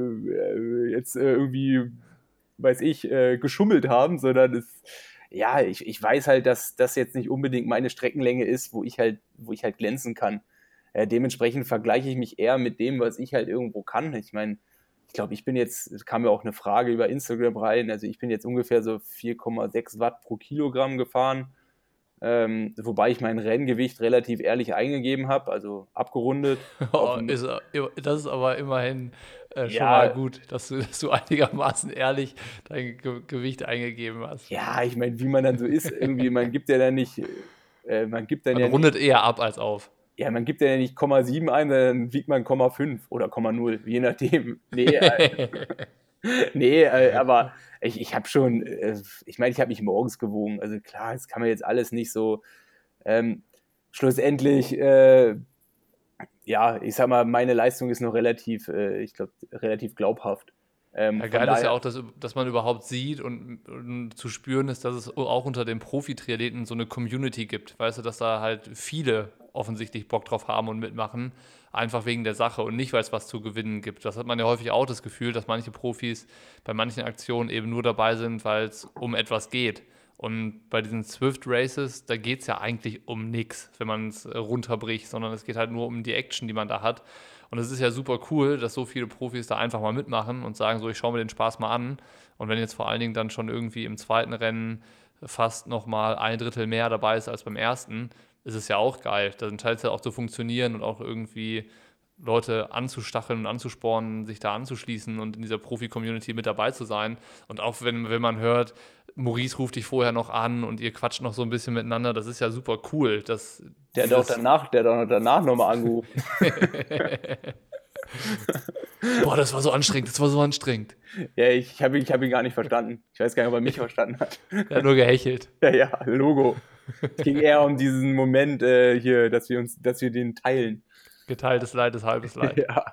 äh, jetzt äh, irgendwie, weiß ich, äh, geschummelt haben, sondern es, ja, ich, ich weiß halt, dass das jetzt nicht unbedingt meine Streckenlänge ist, wo ich halt, wo ich halt glänzen kann. Äh, dementsprechend vergleiche ich mich eher mit dem, was ich halt irgendwo kann. Ich meine, ich glaube, ich bin jetzt, es kam ja auch eine Frage über Instagram rein, also ich bin jetzt ungefähr so vier Komma sechs Watt pro Kilogramm gefahren. Ähm, wobei ich mein Renngewicht relativ ehrlich eingegeben habe, also abgerundet. Auf Oh, dem, ist, das ist aber immerhin äh, schon mal ja, gut, dass du, dass du einigermaßen ehrlich dein Ge Gewicht eingegeben hast. ja, ich meine, wie man dann so ist, irgendwie, man gibt ja dann nicht, äh, man gibt dann Man ja nicht, rundet eher ab als auf. ja, man gibt ja nicht Komma sieben ein, sondern wiegt man Komma fünf oder Komma null, je nachdem. Nee, äh, nee, äh, aber ich, ich habe schon, äh, ich meine, ich habe mich morgens gewogen. Also klar, das kann man jetzt alles nicht so. Ähm, schlussendlich, äh, ja, ich sag mal, meine Leistung ist noch relativ, äh, ich glaube, relativ glaubhaft. Ähm, Ja, von geil ist ja daher, auch, dass, dass man überhaupt sieht und, und zu spüren ist, dass es auch unter den Profi-Triathleten so eine Community gibt. Weißt du, dass da halt viele offensichtlich Bock drauf haben und mitmachen, einfach wegen der Sache und nicht, weil es was zu gewinnen gibt. Das hat man ja häufig auch das Gefühl, dass manche Profis bei manchen Aktionen eben nur dabei sind, weil es um etwas geht. Und bei diesen Swift Races, da geht es ja eigentlich um nichts, wenn man es runterbricht, sondern es geht halt nur um die Action, die man da hat. Und es ist ja super cool, dass so viele Profis da einfach mal mitmachen und sagen, so, ich schaue mir den Spaß mal an. Und wenn jetzt vor allen Dingen dann schon irgendwie im zweiten Rennen fast nochmal ein Drittel mehr dabei ist als beim ersten, ist es ja auch geil. Dann scheint es ja auch zu funktionieren und auch irgendwie Leute anzustacheln und anzuspornen, sich da anzuschließen und in dieser Profi-Community mit dabei zu sein. Und auch wenn, wenn man hört, Maurice ruft dich vorher noch an und ihr quatscht noch so ein bisschen miteinander, das ist ja super cool, dass der hat auch dieses danach, der hat auch danach nochmal angerufen. Boah, das war so anstrengend, das war so anstrengend. Ja, ich habe ihn, ich hab ihn gar nicht verstanden. Ich weiß gar nicht, ob er mich verstanden hat. Er hat nur gehechelt. Ja, ja, Logo. Es ging eher um diesen Moment äh, hier, dass wir uns, dass wir den teilen. Geteiltes Leid ist halbes Leid. Ja.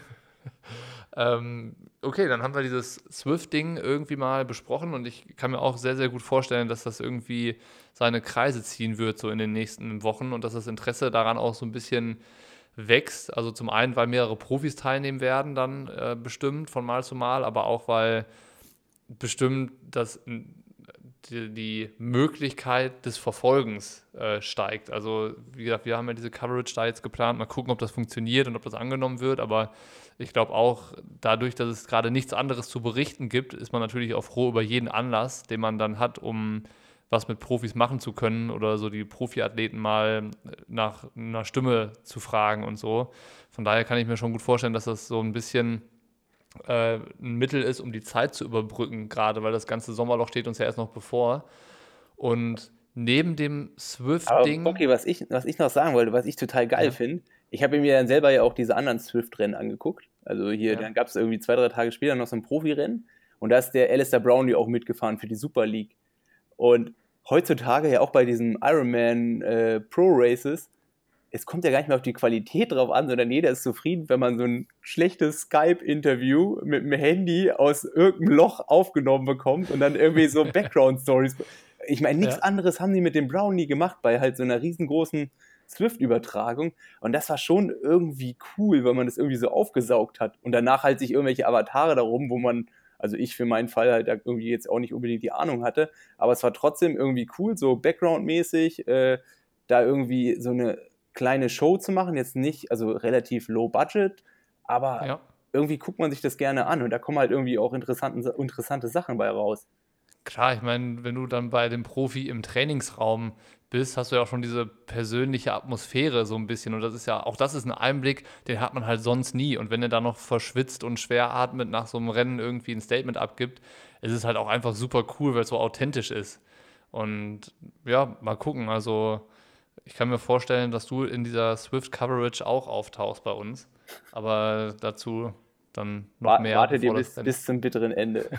Ähm, okay, dann haben wir dieses Swift-Ding irgendwie mal besprochen und ich kann mir auch sehr, sehr gut vorstellen, dass das irgendwie seine Kreise ziehen wird, so in den nächsten Wochen und dass das Interesse daran auch so ein bisschen wächst. Also zum einen, weil mehrere Profis teilnehmen werden, dann äh, bestimmt von Mal zu Mal, aber auch, weil bestimmt das die, die Möglichkeit des Verfolgens äh, steigt. Also wie gesagt, wir haben ja diese Coverage da jetzt geplant, mal gucken, ob das funktioniert und ob das angenommen wird, aber ich glaube auch, dadurch, dass es gerade nichts anderes zu berichten gibt, ist man natürlich auch froh über jeden Anlass, den man dann hat, um was mit Profis machen zu können oder so die Profiathleten mal nach einer Stimme zu fragen und so. Von daher kann ich mir schon gut vorstellen, dass das so ein bisschen äh, ein Mittel ist, um die Zeit zu überbrücken, gerade weil das ganze Sommerloch steht uns ja erst noch bevor. Und neben dem Aber Swift-Ding, okay, was ich, was ich noch sagen wollte, was ich total geil ja, finde, ich habe mir dann selber ja auch diese anderen Swift-Rennen angeguckt. Also hier, ja, dann gab es irgendwie zwei, drei Tage später noch so ein Profirennen und da ist der Alistair Brownlee auch mitgefahren für die Super League. Und heutzutage ja auch bei diesen Ironman äh, Pro Races, es kommt ja gar nicht mehr auf die Qualität drauf an, sondern jeder ist zufrieden, wenn man so ein schlechtes Skype-Interview mit dem Handy aus irgendeinem Loch aufgenommen bekommt und dann irgendwie so Background-Stories. Ich meine, nichts ja. anderes haben die mit dem Brownie gemacht bei halt so einer riesengroßen Swift-Übertragung. Und das war schon irgendwie cool, weil man das irgendwie so aufgesaugt hat. Und danach halt sich irgendwelche Avatare darum, wo man Also ich für meinen Fall halt irgendwie jetzt auch nicht unbedingt die Ahnung hatte, aber es war trotzdem irgendwie cool, so Background-mäßig, äh, da irgendwie so eine kleine Show zu machen, jetzt nicht, also relativ low budget, aber Ja. irgendwie guckt man sich das gerne an und da kommen halt irgendwie auch interessanten, interessante Sachen bei raus. Klar, ich meine, wenn du dann bei dem Profi im Trainingsraum bist, hast du ja auch schon diese persönliche Atmosphäre so ein bisschen. Und das ist ja, auch das ist ein Einblick, den hat man halt sonst nie. Und wenn er dann noch verschwitzt und schwer atmet nach so einem Rennen irgendwie ein Statement abgibt, es ist halt auch einfach super cool, weil es so authentisch ist. Und ja, mal gucken. Also ich kann mir vorstellen, dass du in dieser Swift-Coverage auch auftauchst bei uns. Aber dazu dann noch Wa- mehr, Wartet ihr bevor das bis, Rennen. bis zum bitteren Ende.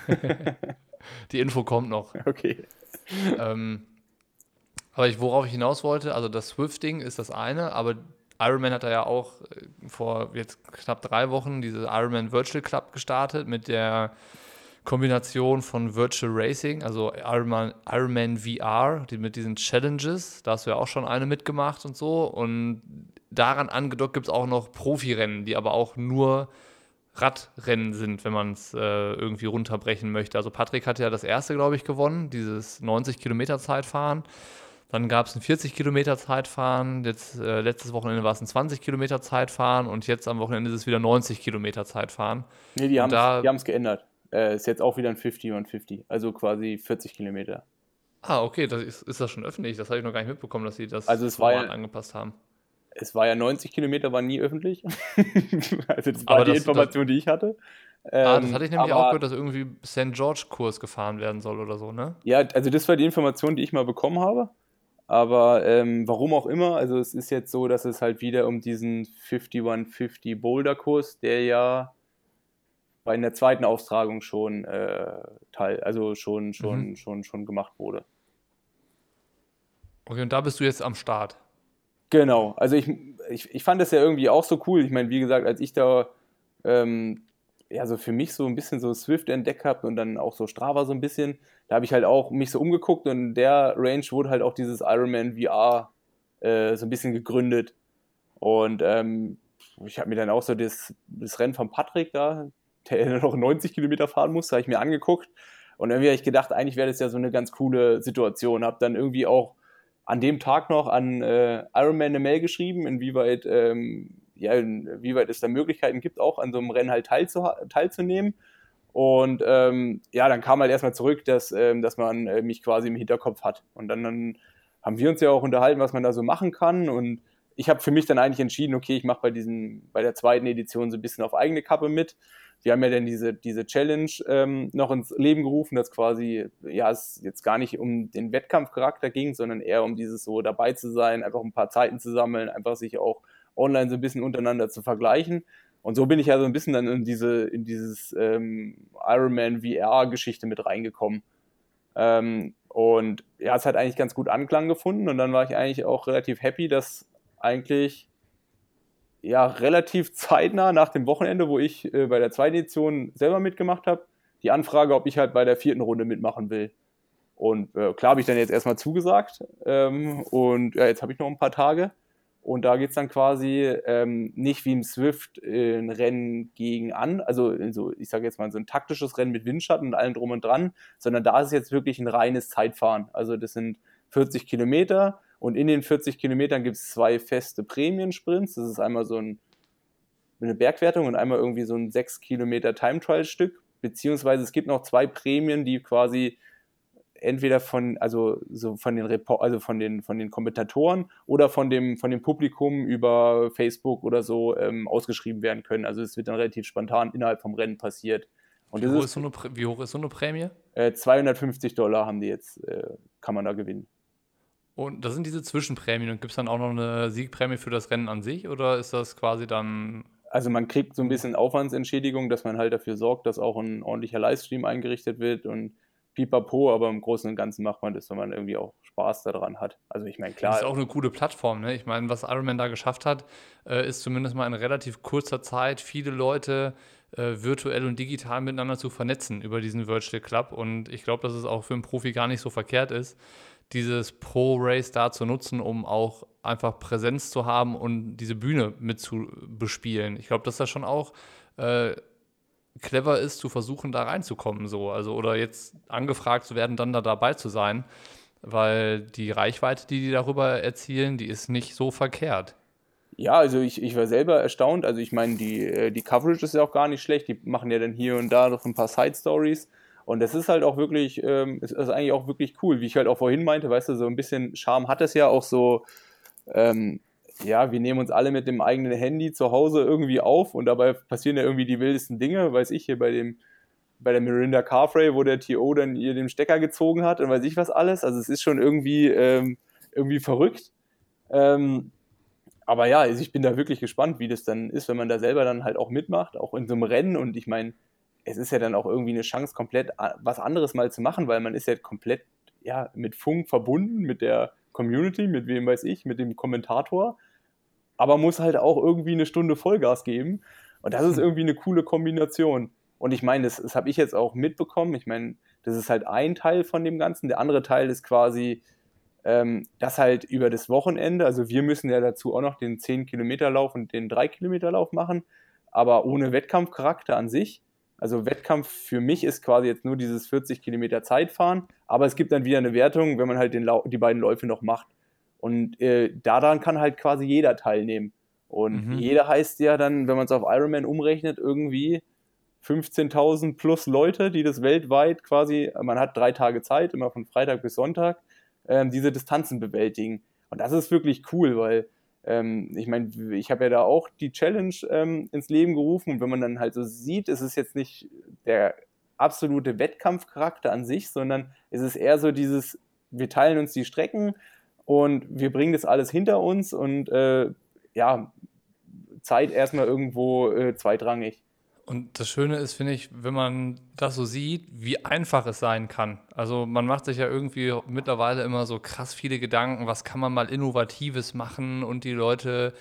Die Info kommt noch. Okay. Ähm, aber ich, worauf ich hinaus wollte, also das Swift-Ding ist das eine, aber Ironman hat da ja auch äh, vor jetzt knapp drei Wochen diese Ironman Virtual Club gestartet mit der Kombination von Virtual Racing, also Ironman, Ironman V R, die mit diesen Challenges, da hast du ja auch schon eine mitgemacht und so. Und daran angedockt gibt es auch noch Profirennen, die aber auch nur Radrennen sind, wenn man es äh, irgendwie runterbrechen möchte. Also Patrick hat ja das erste, glaube ich, gewonnen, dieses neunzig Kilometer Zeitfahren. Dann gab es ein vierzig Kilometer Zeitfahren, jetzt äh, letztes Wochenende war es ein zwanzig Kilometer Zeitfahren und jetzt am Wochenende ist es wieder neunzig Kilometer Zeitfahren. Nee, die Und haben es die da, haben's geändert. Äh, ist jetzt auch wieder ein fünfzig und fünfzig, also quasi vierzig Kilometer. ah, okay, das ist, ist das schon öffentlich? Das habe ich noch gar nicht mitbekommen, dass sie das Also es war Format ja, angepasst haben. es war ja neunzig Kilometer, war nie öffentlich. Also das war Aber die das, das, Information, die ich hatte. ah, das Ähm, hatte ich nämlich auch aber gehört, dass irgendwie Sankt George-Kurs gefahren werden soll oder so, ne? ja, also das war die Information, die ich mal bekommen habe. Aber ähm, warum auch immer, also es ist jetzt so, dass es halt wieder um diesen fünfzig fünfzig Boulder-Kurs, der ja bei der zweiten Austragung schon äh, teil, also schon, Mhm. schon, schon, schon gemacht wurde. Okay, und da bist du jetzt am Start. Genau, also ich, ich, ich fand das ja irgendwie auch so cool. Ich meine, wie gesagt, als ich da ähm, ja so für mich so ein bisschen so Swift entdeckt habe und dann auch so Strava so ein bisschen, da habe ich halt auch mich so umgeguckt und in der Range wurde halt auch dieses Ironman V R äh, so ein bisschen gegründet. Und ähm, ich habe mir dann auch so das, das Rennen von Patrick da, der noch neunzig Kilometer fahren musste, habe ich mir angeguckt. Und irgendwie habe ich gedacht, eigentlich wäre das ja so eine ganz coole Situation. Habe dann irgendwie auch an dem Tag noch an äh, Ironman eine Mail geschrieben, inwieweit, ähm, ja, inwieweit es da Möglichkeiten gibt, auch an so einem Rennen halt teilzu teilzunehmen. Und ähm, ja, dann kam halt erstmal zurück, dass, ähm, dass man äh, mich quasi im Hinterkopf hat. Und dann, dann haben wir uns ja auch unterhalten, was man da so machen kann. Und ich habe für mich dann eigentlich entschieden, okay, ich mache bei diesen, bei der zweiten Edition so ein bisschen auf eigene Kappe mit. Wir haben ja dann diese, diese Challenge ähm, noch ins Leben gerufen, dass quasi, ja, es jetzt gar nicht um den Wettkampfcharakter ging, sondern eher um dieses so dabei zu sein, einfach ein paar Zeiten zu sammeln, einfach sich auch online so ein bisschen untereinander zu vergleichen. Und so bin ich ja so ein bisschen dann in diese, in dieses ähm, Ironman V R-Geschichte mit reingekommen. Ähm, und ja, es hat eigentlich ganz gut Anklang gefunden und dann war ich eigentlich auch relativ happy, dass eigentlich ja relativ zeitnah nach dem Wochenende, wo ich äh, bei der zweiten Edition selber mitgemacht habe, die Anfrage, ob ich halt bei der vierten Runde mitmachen will. Und äh, klar habe ich dann jetzt erstmal zugesagt. Ähm, und ja, jetzt habe ich noch ein paar Tage. Und da geht es dann quasi ähm, nicht wie im Swift äh, ein Rennen gegen an, also so, ich sage jetzt mal so ein taktisches Rennen mit Windschatten und allem drum und dran, sondern da ist es jetzt wirklich ein reines Zeitfahren. Also das sind vierzig Kilometer und in den vierzig Kilometern gibt es zwei feste Prämiensprints. Das ist einmal so ein, eine Bergwertung und einmal irgendwie so ein sechs Kilometer Time Trial Stück. Beziehungsweise es gibt noch zwei Prämien, die quasi entweder von, also so von den Report, also von den, von den Kommentatoren oder von dem, von dem Publikum über Facebook oder so ähm, ausgeschrieben werden können. Also es wird dann relativ spontan innerhalb vom Rennen passiert. Und Wie das hoch ist so ist eine, Prä- wie hoch ist so eine Prämie? äh, zweihundertfünfzig Dollar haben die jetzt, äh, kann man da gewinnen. Und das sind diese Zwischenprämien. Und gibt es dann auch noch eine Siegprämie für das Rennen an sich? Oder ist das quasi dann. Also man kriegt so ein bisschen Aufwandsentschädigung, dass man halt dafür sorgt, dass auch ein ordentlicher Livestream eingerichtet wird und pipapo, aber im Großen und Ganzen macht man das, wenn man irgendwie auch Spaß daran hat. Also ich meine, Das klar, ist auch eine coole Plattform, ne? Ich meine, was Ironman da geschafft hat, äh, ist zumindest mal in relativ kurzer Zeit viele Leute äh, virtuell und digital miteinander zu vernetzen über diesen Virtual Club. Und ich glaube, dass es auch für einen Profi gar nicht so verkehrt ist, dieses Pro-Race da zu nutzen, um auch einfach Präsenz zu haben und diese Bühne mit zu bespielen. Ich glaube, dass das schon auch äh, clever ist, zu versuchen, da reinzukommen, so. Also, oder jetzt angefragt zu werden, dann da dabei zu sein, weil die Reichweite, die die darüber erzielen, die ist nicht so verkehrt. Ja, also ich, ich war selber erstaunt. Also ich meine, die, äh, die Coverage ist ja auch gar nicht schlecht. Die machen ja dann hier und da noch ein paar Side-Stories. Und das ist halt auch wirklich, ähm, ist, ist eigentlich auch wirklich cool. Wie ich halt auch vorhin meinte, weißt du, so ein bisschen Charme hat es ja auch so, ähm, ja, wir nehmen uns alle mit dem eigenen Handy zu Hause irgendwie auf und dabei passieren ja irgendwie die wildesten Dinge, weiß ich, hier bei dem, bei der Mirinda Carfrey, wo der T O dann ihr den Stecker gezogen hat und weiß ich was alles. Also es ist schon irgendwie, ähm, irgendwie verrückt. Ähm, aber ja, also ich bin da wirklich gespannt, wie das dann ist, wenn man da selber dann halt auch mitmacht, auch in so einem Rennen. Und ich meine, es ist ja dann auch irgendwie eine Chance, komplett was anderes mal zu machen, weil man ist ja komplett ja, mit Funk verbunden, mit der Community, mit wem weiß ich, mit dem Kommentator, aber muss halt auch irgendwie eine Stunde Vollgas geben. Und das ist Hm. irgendwie eine coole Kombination. Und ich meine, das, das habe ich jetzt auch mitbekommen. Ich meine, das ist halt ein Teil von dem Ganzen. Der andere Teil ist quasi ähm, das halt über das Wochenende, also wir müssen ja dazu auch noch den zehn-Kilometer-Lauf und den drei-Kilometer-Lauf machen, aber ohne Wettkampfcharakter an sich. Also Wettkampf für mich ist quasi jetzt nur dieses vierzig Kilometer Zeitfahren, aber es gibt dann wieder eine Wertung, wenn man halt den Lau- die beiden Läufe noch macht. Und äh, daran kann halt quasi jeder teilnehmen. Und Mhm. jeder heißt ja dann, wenn man es auf Ironman umrechnet, irgendwie fünfzehntausend plus Leute, die das weltweit quasi, man hat drei Tage Zeit, immer von Freitag bis Sonntag, ähm, diese Distanzen bewältigen. Und das ist wirklich cool, weil ähm, ich meine, ich habe ja da auch die Challenge ähm, ins Leben gerufen und wenn man dann halt so sieht, ist es jetzt nicht der absolute Wettkampfcharakter an sich, sondern es ist eher so dieses, wir teilen uns die Strecken und wir bringen das alles hinter uns und äh, ja, Zeit erstmal irgendwo äh, zweitrangig. Und das Schöne ist, finde ich, wenn man das so sieht, wie einfach es sein kann. Also man macht sich ja irgendwie mittlerweile immer so krass viele Gedanken, was kann man mal Innovatives machen und die Leute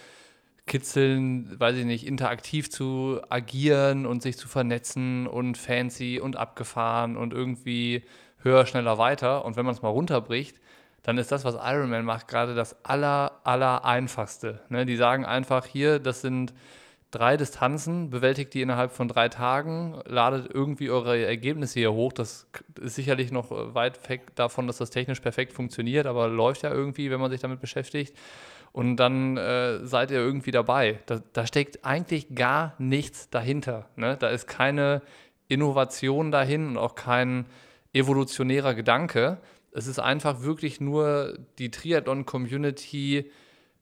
kitzeln, weiß ich nicht, interaktiv zu agieren und sich zu vernetzen und fancy und abgefahren und irgendwie höher, schneller, weiter. Und wenn man es mal runterbricht, dann ist das, was Ironman macht, gerade das aller, aller einfachste. Ne? Die sagen einfach hier, das sind drei Distanzen, bewältigt die innerhalb von drei Tagen, ladet irgendwie eure Ergebnisse hier hoch. Das ist sicherlich noch weit weg davon, dass das technisch perfekt funktioniert, aber läuft ja irgendwie, wenn man sich damit beschäftigt. Und dann äh, seid ihr irgendwie dabei. Da, da steckt eigentlich gar nichts dahinter. Ne? Da ist keine Innovation dahin und auch kein evolutionärer Gedanke. Es ist einfach wirklich nur die Triathlon-Community,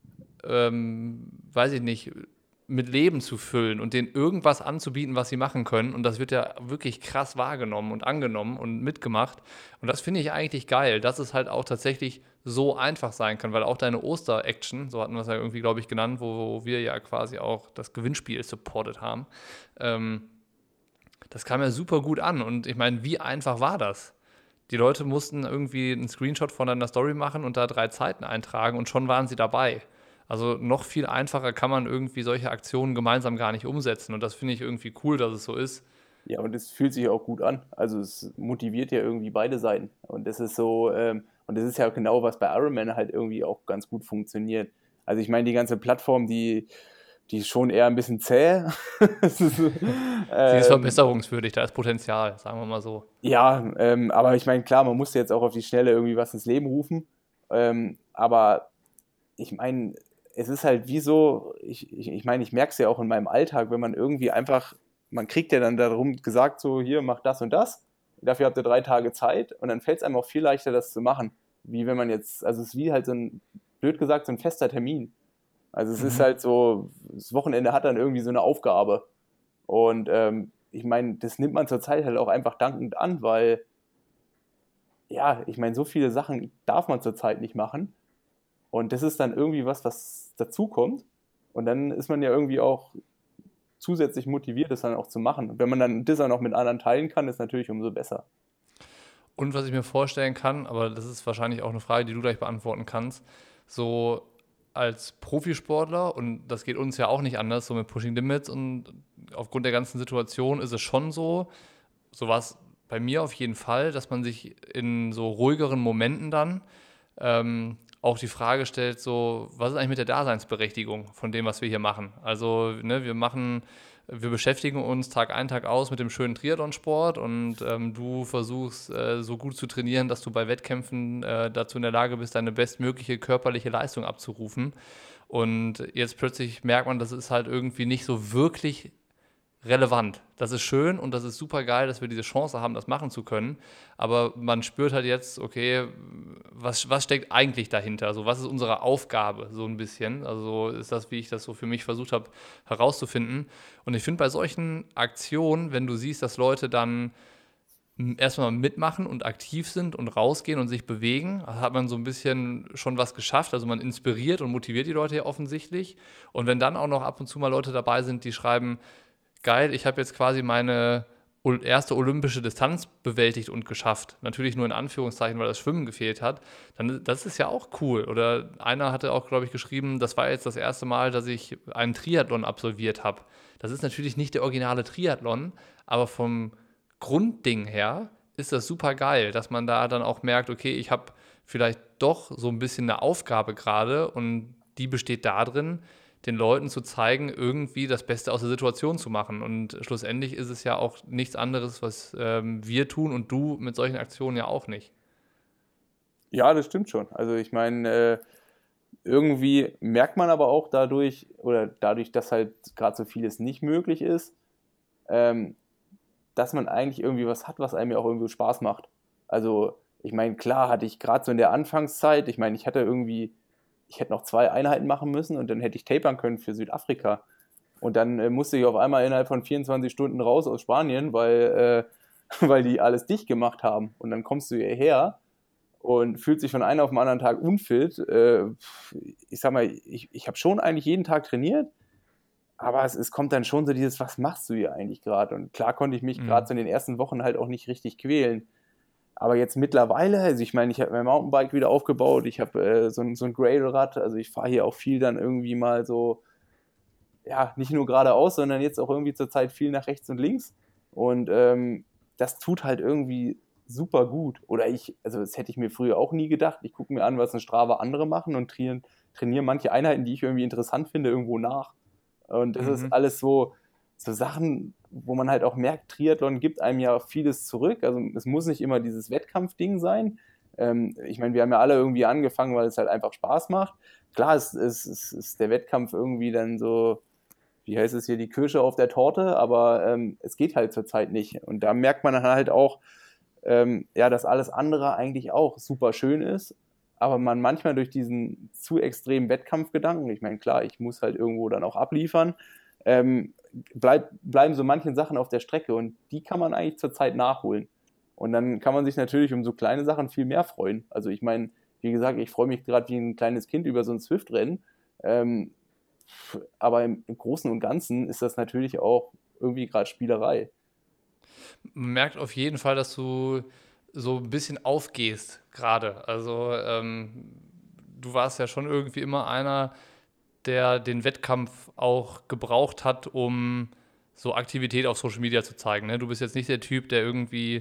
ähm, weiß ich nicht, mit Leben zu füllen und denen irgendwas anzubieten, was sie machen können. Und das wird ja wirklich krass wahrgenommen und angenommen und mitgemacht. Und das finde ich eigentlich geil, dass es halt auch tatsächlich so einfach sein kann, weil auch deine Oster-Action, so hatten wir es ja irgendwie, glaube ich, genannt, wo wir ja quasi auch das Gewinnspiel supported haben, ähm, das kam ja super gut an. Und ich meine, wie einfach war das? Die Leute mussten irgendwie einen Screenshot von deiner Story machen und da drei Zeiten eintragen und schon waren sie dabei. Also noch viel einfacher kann man irgendwie solche Aktionen gemeinsam gar nicht umsetzen. Und das finde ich irgendwie cool, dass es so ist. Ja, und es fühlt sich auch gut an. Also es motiviert ja irgendwie beide Seiten. Und das ist so, ähm, und das ist ja genau, was bei Ironman halt irgendwie auch ganz gut funktioniert. Also ich meine, die ganze Plattform, die, die ist schon eher ein bisschen zäh. Es ist, Sie ist ähm, verbesserungswürdig, da ist Potenzial, sagen wir mal so. ja, ähm, aber ich meine, klar, man muss jetzt auch auf die Schnelle irgendwie was ins Leben rufen. Ähm, aber ich meine, es ist halt wie so, ich, ich, ich meine, ich merke es ja auch in meinem Alltag, wenn man irgendwie einfach, man kriegt ja dann darum gesagt, so hier, mach das und das, dafür habt ihr drei Tage Zeit und dann fällt es einem auch viel leichter, das zu machen. Wie wenn man jetzt, also es ist wie halt so ein, blöd gesagt, so ein fester Termin. Also es ist Mhm. halt so, das Wochenende hat dann irgendwie so eine Aufgabe. Und ähm, ich meine, das nimmt man zurzeit halt auch einfach dankend an, weil, ja, ich meine, so viele Sachen darf man zurzeit nicht machen. Und das ist dann irgendwie was, was dazukommt. Und dann ist man ja irgendwie auch zusätzlich motiviert, das dann auch zu machen. Und wenn man dann das auch noch mit anderen teilen kann, ist natürlich umso besser. Und was ich mir vorstellen kann, aber das ist wahrscheinlich auch eine Frage, die du gleich beantworten kannst, so als Profisportler, und das geht uns ja auch nicht anders, so mit Pushing Limits und aufgrund der ganzen Situation ist es schon so, so war es bei mir auf jeden Fall, dass man sich in so ruhigeren Momenten dann ähm, auch die Frage stellt, so, was ist eigentlich mit der Daseinsberechtigung von dem, was wir hier machen? Also, ne, wir machen wir beschäftigen uns Tag ein, Tag aus mit dem schönen Triathlonsport und ähm, du versuchst äh, so gut zu trainieren, dass du bei Wettkämpfen äh, dazu in der Lage bist, deine bestmögliche körperliche Leistung abzurufen. Und jetzt plötzlich merkt man, das ist halt irgendwie nicht so wirklich relevant. Das ist schön und das ist super geil, dass wir diese Chance haben, das machen zu können. Aber man spürt halt jetzt, okay, was, was steckt eigentlich dahinter? Also was ist unsere Aufgabe so ein bisschen? Also ist das, wie ich das so für mich versucht habe herauszufinden. Und ich finde bei solchen Aktionen, wenn du siehst, dass Leute dann erstmal mitmachen und aktiv sind und rausgehen und sich bewegen, hat man so ein bisschen schon was geschafft. Also man inspiriert und motiviert die Leute ja offensichtlich. Und wenn dann auch noch ab und zu mal Leute dabei sind, die schreiben, geil, ich habe jetzt quasi meine erste olympische Distanz bewältigt und geschafft. Natürlich nur in Anführungszeichen, weil das Schwimmen gefehlt hat. Dann, das ist ja auch cool. Oder einer hatte auch, glaube ich, geschrieben, das war jetzt das erste Mal, dass ich einen Triathlon absolviert habe. Das ist natürlich nicht der originale Triathlon, aber vom Grundding her ist das super geil, dass man da dann auch merkt, okay, ich habe vielleicht doch so ein bisschen eine Aufgabe gerade und die besteht darin, den Leuten zu zeigen, irgendwie das Beste aus der Situation zu machen. Und schlussendlich ist es ja auch nichts anderes, was ähm, wir tun und du mit solchen Aktionen ja auch nicht. Ja, das stimmt schon. Also ich meine, äh, irgendwie merkt man aber auch dadurch, oder dadurch, dass halt gerade so vieles nicht möglich ist, ähm, dass man eigentlich irgendwie was hat, was einem ja auch irgendwie Spaß macht. Also ich meine, klar hatte ich gerade so in der Anfangszeit, ich meine, ich hatte irgendwie, ich hätte noch zwei Einheiten machen müssen und dann hätte ich tapern können für Südafrika. Und dann äh, musste ich auf einmal innerhalb von vierundzwanzig Stunden raus aus Spanien, weil, äh, weil die alles dicht gemacht haben. Und dann kommst du hierher und fühlt sich von einem auf den anderen Tag unfit. Äh, ich sag mal, ich, ich habe schon eigentlich jeden Tag trainiert, aber es, es kommt dann schon so dieses, was machst du hier eigentlich gerade? Und klar konnte ich mich gerade Mhm. so in den ersten Wochen halt auch nicht richtig quälen. Aber jetzt mittlerweile, also ich meine, ich habe mein Mountainbike wieder aufgebaut, ich habe äh, so, ein- so ein Grailrad, also ich fahre hier auch viel dann irgendwie mal so, ja, nicht nur geradeaus, sondern jetzt auch irgendwie zur Zeit viel nach rechts und links. Und ähm, das tut halt irgendwie super gut. Oder ich, also das hätte ich mir früher auch nie gedacht. Ich gucke mir an, was ein Strava andere machen und trainiere, trainiere manche Einheiten, die ich irgendwie interessant finde, irgendwo nach. Und das ist Mhm. alles so, so Sachen, wo man halt auch merkt, Triathlon gibt einem ja vieles zurück. Also es muss nicht immer dieses Wettkampfding sein. Ähm, ich meine, wir haben ja alle irgendwie angefangen, weil es halt einfach Spaß macht. Klar, es, es, es ist der Wettkampf irgendwie dann so, wie heißt es hier, die Kirsche auf der Torte, aber ähm, es geht halt zurzeit nicht. Und da merkt man dann halt auch, ähm, ja, dass alles andere eigentlich auch super schön ist, aber man manchmal durch diesen zu extremen Wettkampfgedanken, ich meine, klar, ich muss halt irgendwo dann auch abliefern, ähm, bleib, bleiben so manche Sachen auf der Strecke und die kann man eigentlich zurzeit nachholen. Und dann kann man sich natürlich um so kleine Sachen viel mehr freuen. Also ich meine, wie gesagt, ich freue mich gerade wie ein kleines Kind über so ein Swift-Rennen. Ähm, aber im, im Großen und Ganzen ist das natürlich auch irgendwie gerade Spielerei. Man merkt auf jeden Fall, dass du so ein bisschen aufgehst gerade. Also ähm, du warst ja schon irgendwie immer einer, der den Wettkampf auch gebraucht hat, um so Aktivität auf Social Media zu zeigen. Ne? Du bist jetzt nicht der Typ, der irgendwie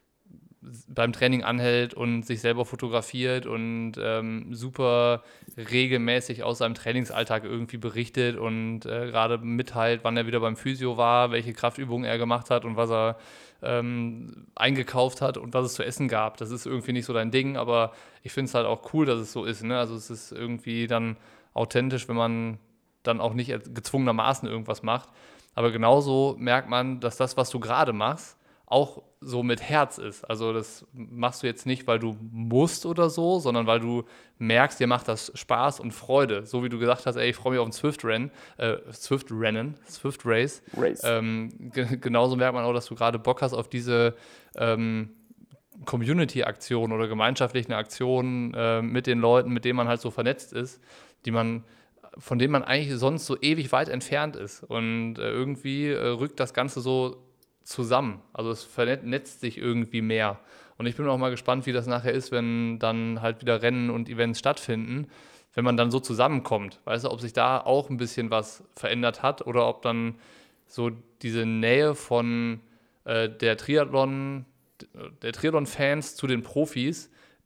beim Training anhält und sich selber fotografiert und ähm, super regelmäßig aus seinem Trainingsalltag irgendwie berichtet und äh, gerade mitteilt, wann er wieder beim Physio war, welche Kraftübungen er gemacht hat und was er ähm, eingekauft hat und was es zu essen gab. Das ist irgendwie nicht so dein Ding, aber ich finde es halt auch cool, dass es so ist. Ne? Also es ist irgendwie dann authentisch, wenn man dann auch nicht gezwungenermaßen irgendwas macht. Aber genauso merkt man, dass das, was du gerade machst, auch so mit Herz ist. Also das machst du jetzt nicht, weil du musst oder so, sondern weil du merkst, dir macht das Spaß und Freude. So wie du gesagt hast, ey, ich freue mich auf ein Swift-Rennen, äh, Swift-Rennen, Swift-Race. Race. Ähm, ge genauso merkt man auch, dass du gerade Bock hast auf diese ähm, Community-Aktionen oder gemeinschaftlichen Aktionen äh, mit den Leuten, mit denen man halt so vernetzt ist, die man von denen man eigentlich sonst so ewig weit entfernt ist. Und äh, irgendwie äh, rückt das Ganze so zusammen. Also es vernetzt sich irgendwie mehr. Und ich bin auch mal gespannt, wie das nachher ist, wenn dann halt wieder Rennen und Events stattfinden, wenn man dann so zusammenkommt. Weißt du, ob sich da auch ein bisschen was verändert hat oder ob dann so diese Nähe von äh, der Triathlon, der Triathlon-Fans zu den Profis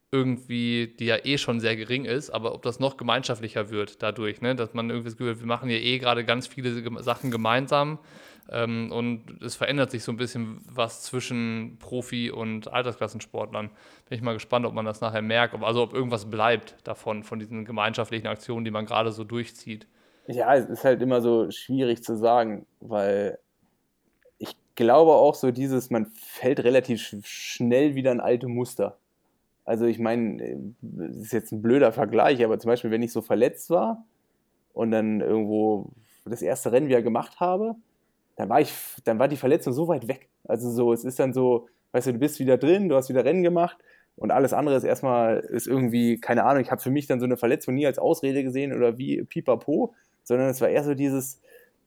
irgendwie, die ja eh schon sehr gering ist, aber ob das noch gemeinschaftlicher wird dadurch, ne? Dass man irgendwie das Gefühl hat, wir machen ja eh gerade ganz viele gem- Sachen gemeinsam ähm, und es verändert sich so ein bisschen was zwischen Profi- und Altersklassensportlern. Bin ich mal gespannt, ob man das nachher merkt, ob, also ob irgendwas bleibt davon, von diesen gemeinschaftlichen Aktionen, die man gerade so durchzieht. Ja, es ist halt immer so schwierig zu sagen, weil ich glaube auch so dieses, man fällt relativ sch- schnell wieder in alte Muster. Also ich meine, das ist jetzt ein blöder Vergleich, aber zum Beispiel, wenn ich so verletzt war und dann irgendwo das erste Rennen wieder gemacht habe, dann war ich, dann war die Verletzung so weit weg. Also so, es ist dann so, weißt du, du bist wieder drin, du hast wieder Rennen gemacht und alles andere ist erstmal, ist irgendwie, keine Ahnung, ich habe für mich dann so eine Verletzung nie als Ausrede gesehen oder wie pipapo, sondern es war eher so dieses,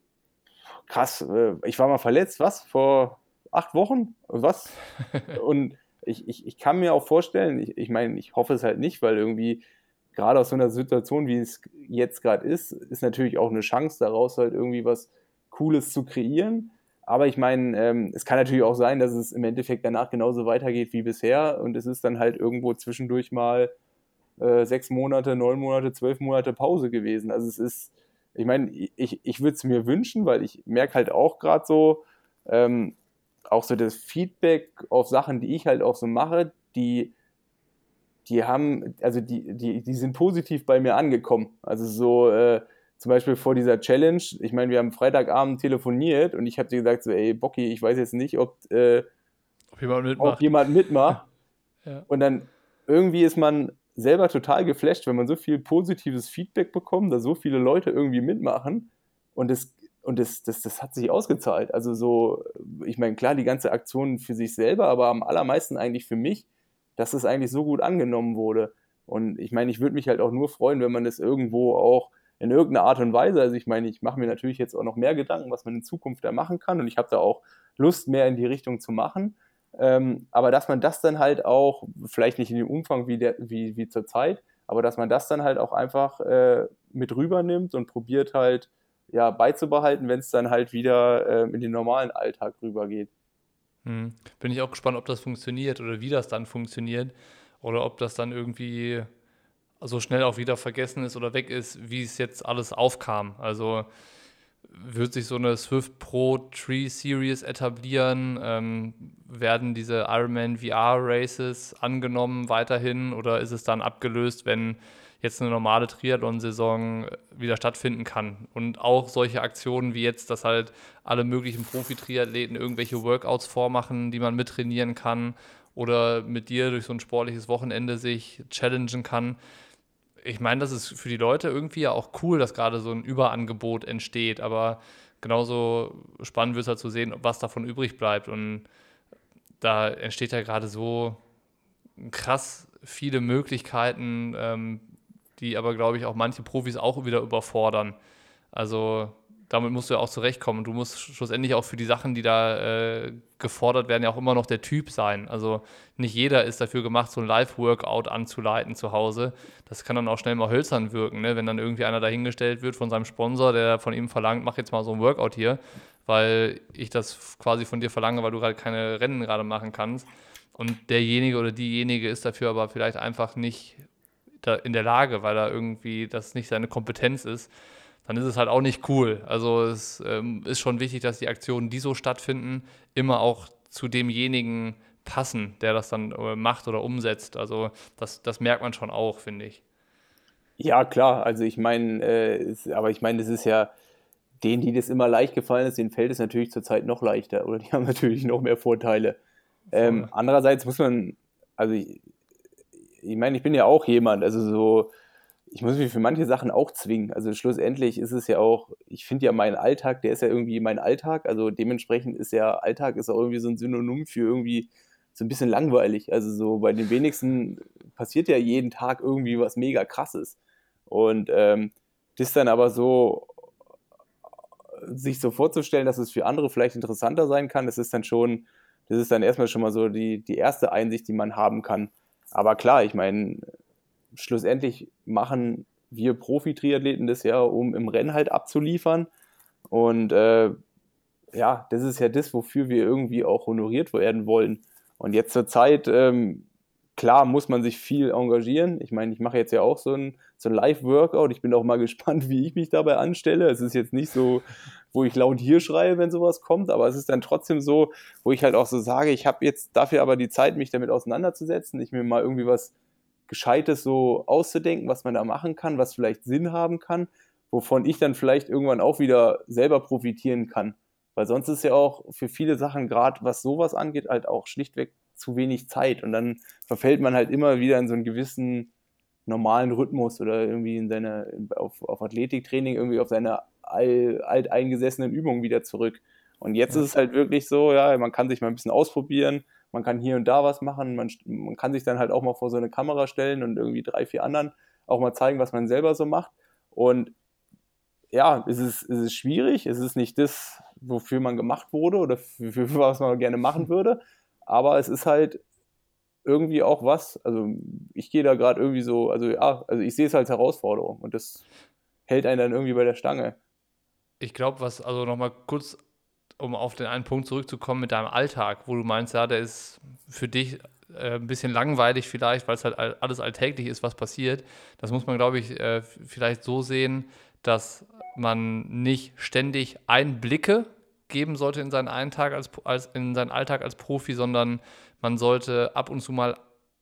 krass, äh, ich war mal verletzt, was, vor acht Wochen? Was? Und ich, ich, ich kann mir auch vorstellen, ich, ich meine, ich hoffe es halt nicht, weil irgendwie gerade aus so einer Situation, wie es jetzt gerade ist, ist natürlich auch eine Chance daraus, halt irgendwie was Cooles zu kreieren. Aber ich meine, ähm, es kann natürlich auch sein, dass es im Endeffekt danach genauso weitergeht wie bisher und es ist dann halt irgendwo zwischendurch mal äh, sechs Monate, neun Monate, zwölf Monate Pause gewesen. Also es ist, ich meine, ich, ich würde es mir wünschen, weil ich merke halt auch gerade so, ähm, auch so das Feedback auf Sachen, die ich halt auch so mache, die, die haben, also die, die, die sind positiv bei mir angekommen. Also so, äh, zum Beispiel vor dieser Challenge, ich meine, wir haben Freitagabend telefoniert und ich habe dir gesagt, so, ey, Bocky, ich weiß jetzt nicht, ob, äh, Ob jemand ob mitmacht. jemand mitmacht. Ja. Und dann irgendwie ist man selber total geflasht, wenn man so viel positives Feedback bekommt, dass so viele Leute irgendwie mitmachen. Und das, und das, das, das hat sich ausgezahlt. Also so, ich meine, klar, die ganze Aktion für sich selber, aber am allermeisten eigentlich für mich, dass es eigentlich so gut angenommen wurde. Und ich meine, ich würde mich halt auch nur freuen, wenn man das irgendwo auch in irgendeiner Art und Weise, also ich meine, ich mache mir natürlich jetzt auch noch mehr Gedanken, was man in Zukunft da machen kann und ich habe da auch Lust, mehr in die Richtung zu machen. Ähm, aber dass man das dann halt auch, vielleicht nicht in dem Umfang wie, der, wie, wie zur Zeit, aber dass man das dann halt auch einfach äh, mit rübernimmt und probiert halt ja, beizubehalten, wenn es dann halt wieder äh, in den normalen Alltag rübergeht. Hm. Bin ich auch gespannt, ob das funktioniert oder wie das dann funktioniert oder ob das dann irgendwie so schnell auch wieder vergessen ist oder weg ist, wie es jetzt alles aufkam. Also wird sich so eine Swift Pro Tree Series etablieren? Ähm, werden diese Ironman V R Races angenommen weiterhin oder ist es dann abgelöst, wenn jetzt eine normale Triathlon-Saison wieder stattfinden kann? Und auch solche Aktionen wie jetzt, dass halt alle möglichen Profi-Triathleten irgendwelche Workouts vormachen, die man mittrainieren kann oder mit dir durch so ein sportliches Wochenende sich challengen kann. Ich meine, das ist für die Leute irgendwie ja auch cool, dass gerade so ein Überangebot entsteht, aber genauso spannend wird es halt zu sehen, was davon übrig bleibt. Und da entsteht ja gerade so krass viele Möglichkeiten, ähm, die aber, glaube ich, auch manche Profis auch wieder überfordern. Also damit musst du ja auch zurechtkommen. Du musst schlussendlich auch für die Sachen, die da äh, gefordert werden, ja auch immer noch der Typ sein. Also nicht jeder ist dafür gemacht, so ein Live-Workout anzuleiten zu Hause. Das kann dann auch schnell mal hölzern wirken, ne? Wenn dann irgendwie einer dahingestellt wird von seinem Sponsor, der von ihm verlangt, mach jetzt mal so ein Workout hier, weil ich das quasi von dir verlange, weil du gerade keine Rennen gerade machen kannst. Und derjenige oder diejenige ist dafür aber vielleicht einfach nicht da in der Lage, weil er irgendwie das nicht seine Kompetenz ist, dann ist es halt auch nicht cool. Also es ähm, ist schon wichtig, dass die Aktionen, die so stattfinden, immer auch zu demjenigen passen, der das dann äh, macht oder umsetzt. Also das, das merkt man schon auch, finde ich. Ja, klar, also ich meine, äh, es- aber ich meine, das ist ja, denen, die das immer leicht gefallen ist, denen fällt es natürlich zurzeit noch leichter oder die haben natürlich noch mehr Vorteile. Ähm, Voll. andererseits muss man, also ich, ich meine, ich bin ja auch jemand, also so, ich muss mich für manche Sachen auch zwingen. Also schlussendlich ist es ja auch, ich finde ja mein Alltag, der ist ja irgendwie mein Alltag. Also dementsprechend ist ja Alltag ist auch irgendwie so ein Synonym für irgendwie so ein bisschen langweilig. Also so bei den wenigsten passiert ja jeden Tag irgendwie was mega krasses. Und ähm, das dann aber so sich so vorzustellen, dass es für andere vielleicht interessanter sein kann, das ist dann schon, das ist dann erstmal schon mal so die, die erste Einsicht, die man haben kann. Aber klar, ich meine, schlussendlich machen wir Profi-Triathleten das ja, um im Rennen halt abzuliefern. Und äh, ja, das ist ja das, wofür wir irgendwie auch honoriert werden wollen. Und jetzt zur Zeit, ähm, klar muss man sich viel engagieren. Ich meine, ich mache jetzt ja auch so ein, so ein Live-Workout. Ich bin auch mal gespannt, wie ich mich dabei anstelle. Es ist jetzt nicht so, wo ich laut hier schreie, wenn sowas kommt, aber es ist dann trotzdem so, wo ich halt auch so sage, ich habe jetzt dafür aber die Zeit, mich damit auseinanderzusetzen, ich mir mal irgendwie was Gescheites so auszudenken, was man da machen kann, was vielleicht Sinn haben kann, wovon ich dann vielleicht irgendwann auch wieder selber profitieren kann. Weil sonst ist ja auch für viele Sachen, gerade was sowas angeht, halt auch schlichtweg zu wenig Zeit. Und dann verfällt man halt immer wieder in so einen gewissen normalen Rhythmus oder irgendwie in seine, auf, auf Athletiktraining, irgendwie auf seine all, alteingesessenen Übungen wieder zurück. Und jetzt Ja. ist es halt wirklich so, ja, man kann sich mal ein bisschen ausprobieren, man kann hier und da was machen, man, man kann sich dann halt auch mal vor so eine Kamera stellen und irgendwie drei, vier anderen auch mal zeigen, was man selber so macht. Und ja, es ist, es ist schwierig, es ist nicht das, wofür man gemacht wurde oder für, für was man gerne machen würde, aber es ist halt irgendwie auch was, also ich gehe da gerade irgendwie so, also ja, also ich sehe es als Herausforderung und das hält einen dann irgendwie bei der Stange. Ich glaube, was, also nochmal kurz, um auf den einen Punkt zurückzukommen mit deinem Alltag, wo du meinst, ja, der ist für dich äh, ein bisschen langweilig vielleicht, weil es halt all- alles alltäglich ist, was passiert. Das muss man, glaube ich, äh, f- vielleicht so sehen, dass man nicht ständig Einblicke geben sollte in seinen Alltag als, als in seinen Alltag als Profi, sondern man sollte ab und zu mal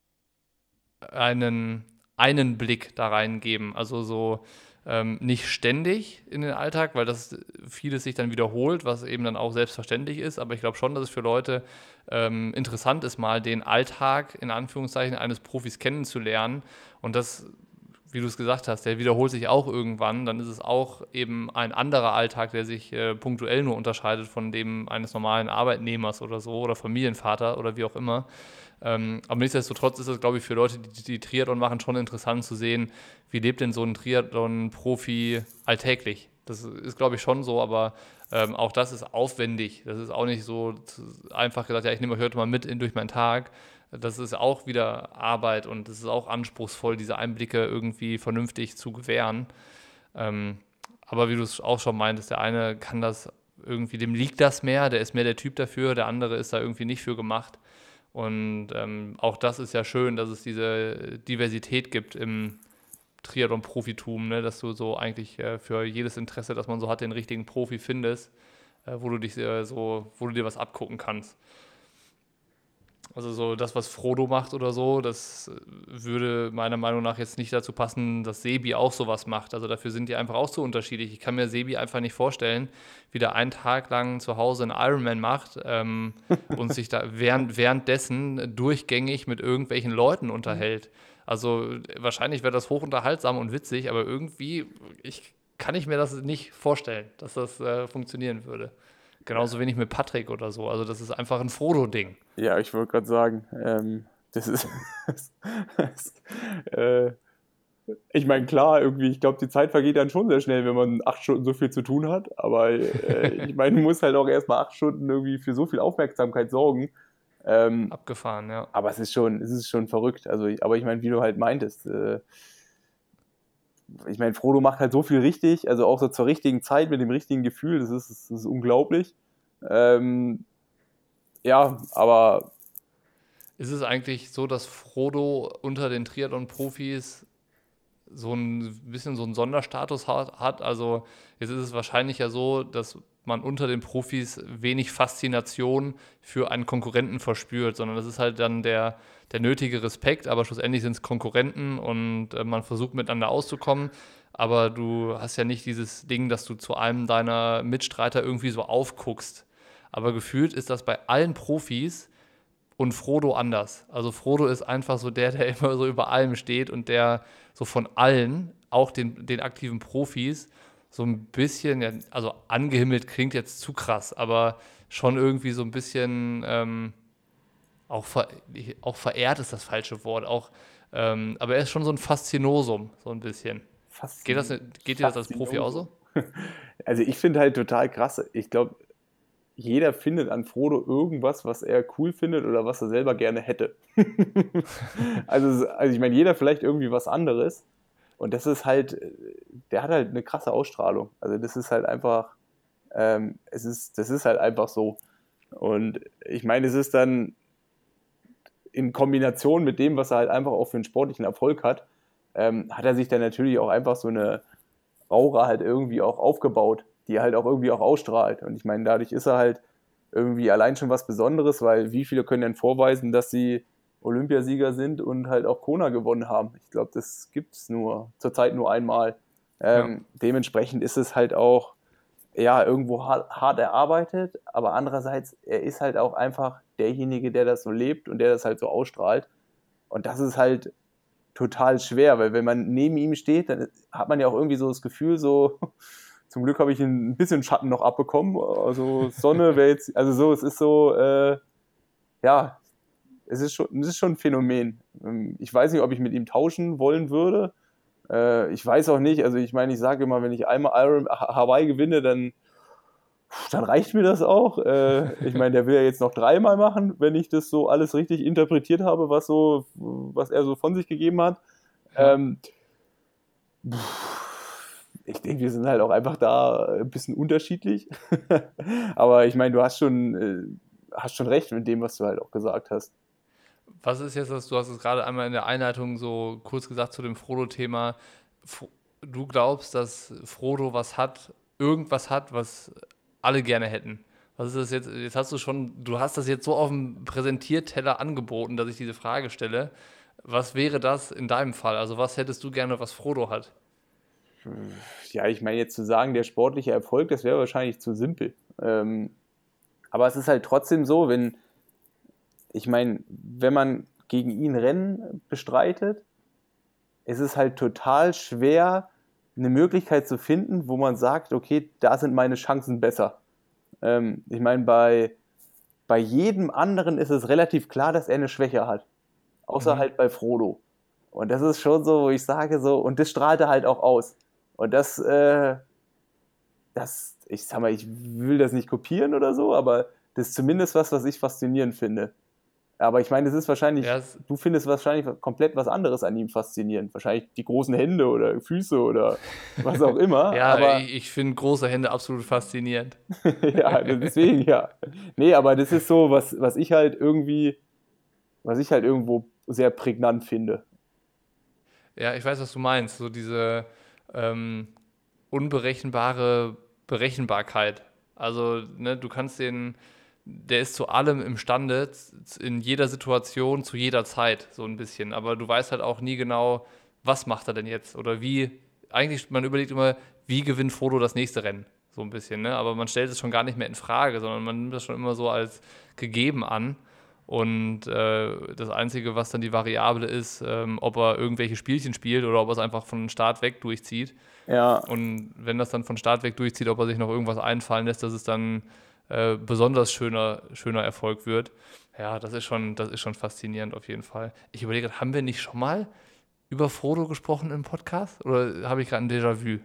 einen, einen Blick da reingeben. Also so ähm, nicht ständig in den Alltag, weil das vieles sich dann wiederholt, was eben dann auch selbstverständlich ist. Aber ich glaube schon, dass es für Leute ähm, interessant ist, mal den Alltag in Anführungszeichen eines Profis kennenzulernen. Und das, wie du es gesagt hast, der wiederholt sich auch irgendwann. Dann ist es auch eben ein anderer Alltag, der sich äh, punktuell nur unterscheidet von dem eines normalen Arbeitnehmers oder so oder Familienvater oder wie auch immer. Ähm, aber nichtsdestotrotz ist es, glaube ich, für Leute, die, die Triathlon machen, schon interessant zu sehen, wie lebt denn so ein Triathlon-Profi alltäglich. Das ist, glaube ich, schon so, aber ähm, auch das ist aufwendig. Das ist auch nicht so einfach gesagt, ja, ich nehme euch heute mal mit in, durch meinen Tag. Das ist auch wieder Arbeit und es ist auch anspruchsvoll, diese Einblicke irgendwie vernünftig zu gewähren. Ähm, aber wie du es auch schon meintest, der eine kann das irgendwie, dem liegt das mehr, der ist mehr der Typ dafür, der andere ist da irgendwie nicht für gemacht. Und ähm, auch das ist ja schön, dass es diese Diversität gibt im Triathlon-Profitum, ne? Dass du so eigentlich äh, für jedes Interesse, das man so hat, den richtigen Profi findest, äh, wo du dich äh, so, wo du dir was abgucken kannst. Also so das, was Frodo macht oder so, das äh, würde meiner Meinung nach jetzt nicht dazu passen, dass Sebi auch sowas macht. Also dafür sind die einfach auch so unterschiedlich. Ich kann mir Sebi einfach nicht vorstellen, wie der einen Tag lang zu Hause einen Ironman macht ähm, und sich da während, währenddessen durchgängig mit irgendwelchen Leuten unterhält. Also äh, wahrscheinlich wäre das hochunterhaltsam und witzig, aber irgendwie ich, kann ich mir das nicht vorstellen, dass das äh, funktionieren würde. Genauso wenig mit Patrick oder so. Also das ist einfach ein Frodo-Ding. Ja, ich wollte gerade sagen, ähm, das ist, das, äh, ich meine, klar, irgendwie, ich glaube, die Zeit vergeht dann schon sehr schnell, wenn man acht Stunden so viel zu tun hat, aber äh, ich meine, du musst halt auch erstmal acht Stunden irgendwie für so viel Aufmerksamkeit sorgen. Ähm, Abgefahren, ja. aber es ist schon, es ist schon verrückt. Also, ich- aber ich meine, wie du halt meintest, äh, ich meine, Frodo macht halt so viel richtig, also auch so zur richtigen Zeit mit dem richtigen Gefühl, das ist, das ist unglaublich. Ähm, ja, aber Ist es eigentlich so, dass Frodo unter den Triathlon-Profis so ein bisschen so einen Sonderstatus hat, hat? Also jetzt ist es wahrscheinlich ja so, dass man unter den Profis wenig Faszination für einen Konkurrenten verspürt, sondern das ist halt dann der, der nötige Respekt, aber schlussendlich sind es Konkurrenten und äh, man versucht miteinander auszukommen. Aber du hast ja nicht dieses Ding, dass du zu einem deiner Mitstreiter irgendwie so aufguckst. Aber gefühlt ist das bei allen Profis und Frodo anders. Also Frodo ist einfach so der, der immer so über allem steht und der so von allen, auch den, den aktiven Profis, so ein bisschen, ja, also angehimmelt klingt jetzt zu krass, aber schon irgendwie so ein bisschen ähm, auch, ver, auch verehrt ist das falsche Wort, auch, ähm, aber er ist schon so ein Faszinosum, so ein bisschen. Geht, das, Faszin geht dir das als Profi auch Faszinoso. so? Also ich finde halt total krass. Ich glaube, jeder findet an Frodo irgendwas, was er cool findet oder was er selber gerne hätte. also, also ich meine, jeder vielleicht irgendwie was anderes. Und das ist halt, der hat halt eine krasse Ausstrahlung. Also das ist halt einfach, ähm, es ist, das ist halt einfach so. Und ich meine, es ist dann, in Kombination mit dem, was er halt einfach auch für einen sportlichen Erfolg hat, ähm, hat er sich dann natürlich auch einfach so eine Aura halt irgendwie auch aufgebaut, die er halt auch irgendwie auch ausstrahlt. Und ich meine, dadurch ist er halt irgendwie allein schon was Besonderes, weil wie viele können denn vorweisen, dass sie Olympiasieger sind und halt auch Kona gewonnen haben? Ich glaube, das gibt es nur zurzeit nur einmal. Ja. Ähm, dementsprechend ist es halt auch ja, irgendwo hart, hart erarbeitet, aber andererseits, er ist halt auch einfach derjenige, der das so lebt und der das halt so ausstrahlt. Und das ist halt total schwer, weil wenn man neben ihm steht, dann hat man ja auch irgendwie so das Gefühl, so, zum Glück habe ich ein bisschen Schatten noch abbekommen. Also Sonne wäre jetzt, also so, es ist so, äh, ja, es ist, schon, es ist schon ein Phänomen. Ich weiß nicht, ob ich mit ihm tauschen wollen würde. Äh, ich weiß auch nicht, also ich meine, ich sage immer, wenn ich einmal Iron Hawaii gewinne, dann, dann reicht mir das auch. Äh, ich meine, der will ja jetzt noch dreimal machen, wenn ich das so alles richtig interpretiert habe, was so, was er so von sich gegeben hat. Ja. Ähm, ich denke, wir sind halt auch einfach da ein bisschen unterschiedlich. Aber ich meine, du hast schon, äh, hast schon recht mit dem, was du halt auch gesagt hast. Was ist jetzt das, du hast es gerade einmal in der Einleitung so kurz gesagt zu dem Frodo-Thema. Fro- Du glaubst, dass Frodo was hat, irgendwas hat, was alle gerne hätten. Was ist das jetzt? Jetzt hast du schon, du hast das jetzt so auf dem Präsentierteller angeboten, dass ich diese Frage stelle. Was wäre das in deinem Fall? Also was hättest du gerne, was Frodo hat? Ja, ich meine, jetzt zu sagen, der sportliche Erfolg, das wäre wahrscheinlich zu simpel. Ähm, aber es ist halt trotzdem so, wenn, ich meine, wenn man gegen ihn Rennen bestreitet, ist es halt total schwer, eine Möglichkeit zu finden, wo man sagt, okay, da sind meine Chancen besser. Ähm, ich meine, bei, bei jedem anderen ist es relativ klar, dass er eine Schwäche hat. Außer Mhm. halt bei Frodo. Und das ist schon so, wo ich sage so, und das strahlt er halt auch aus. Und das, äh, das, ich sag mal, ich will das nicht kopieren oder so, aber das ist zumindest was, was ich faszinierend finde. Aber ich meine, das ist Ja, wahrscheinlich, es, du findest wahrscheinlich komplett was anderes an ihm faszinierend. Wahrscheinlich die großen Hände oder Füße oder was auch immer. ja Aber ich, ich finde große Hände absolut faszinierend. ja, deswegen ja. Nee, aber das ist so, was, was ich halt irgendwie, was ich halt irgendwo sehr prägnant finde. Ja, ich weiß, was du meinst. So diese ähm, unberechenbare Berechenbarkeit. Also, ne, du kannst den, der ist zu allem imstande, z- in jeder Situation, zu jeder Zeit, so ein bisschen. Aber du weißt halt auch nie genau, was macht er denn jetzt? Oder wie, eigentlich, man überlegt immer, wie gewinnt Frodo das nächste Rennen? So ein bisschen, ne? Aber man stellt es schon gar nicht mehr in Frage, sondern man nimmt das schon immer so als gegeben an. Und äh, das Einzige, was dann die Variable ist, ähm, ob er irgendwelche Spielchen spielt oder ob er es einfach von Start weg durchzieht. Ja, Und wenn das dann von Start weg durchzieht, ob er sich noch irgendwas einfallen lässt, dass es dann äh, besonders schöner, schöner Erfolg wird. Ja, das ist schon, das ist schon faszinierend auf jeden Fall. Ich überlege gerade, haben wir nicht schon mal über Frodo gesprochen im Podcast? Oder habe ich gerade ein Déjà-vu?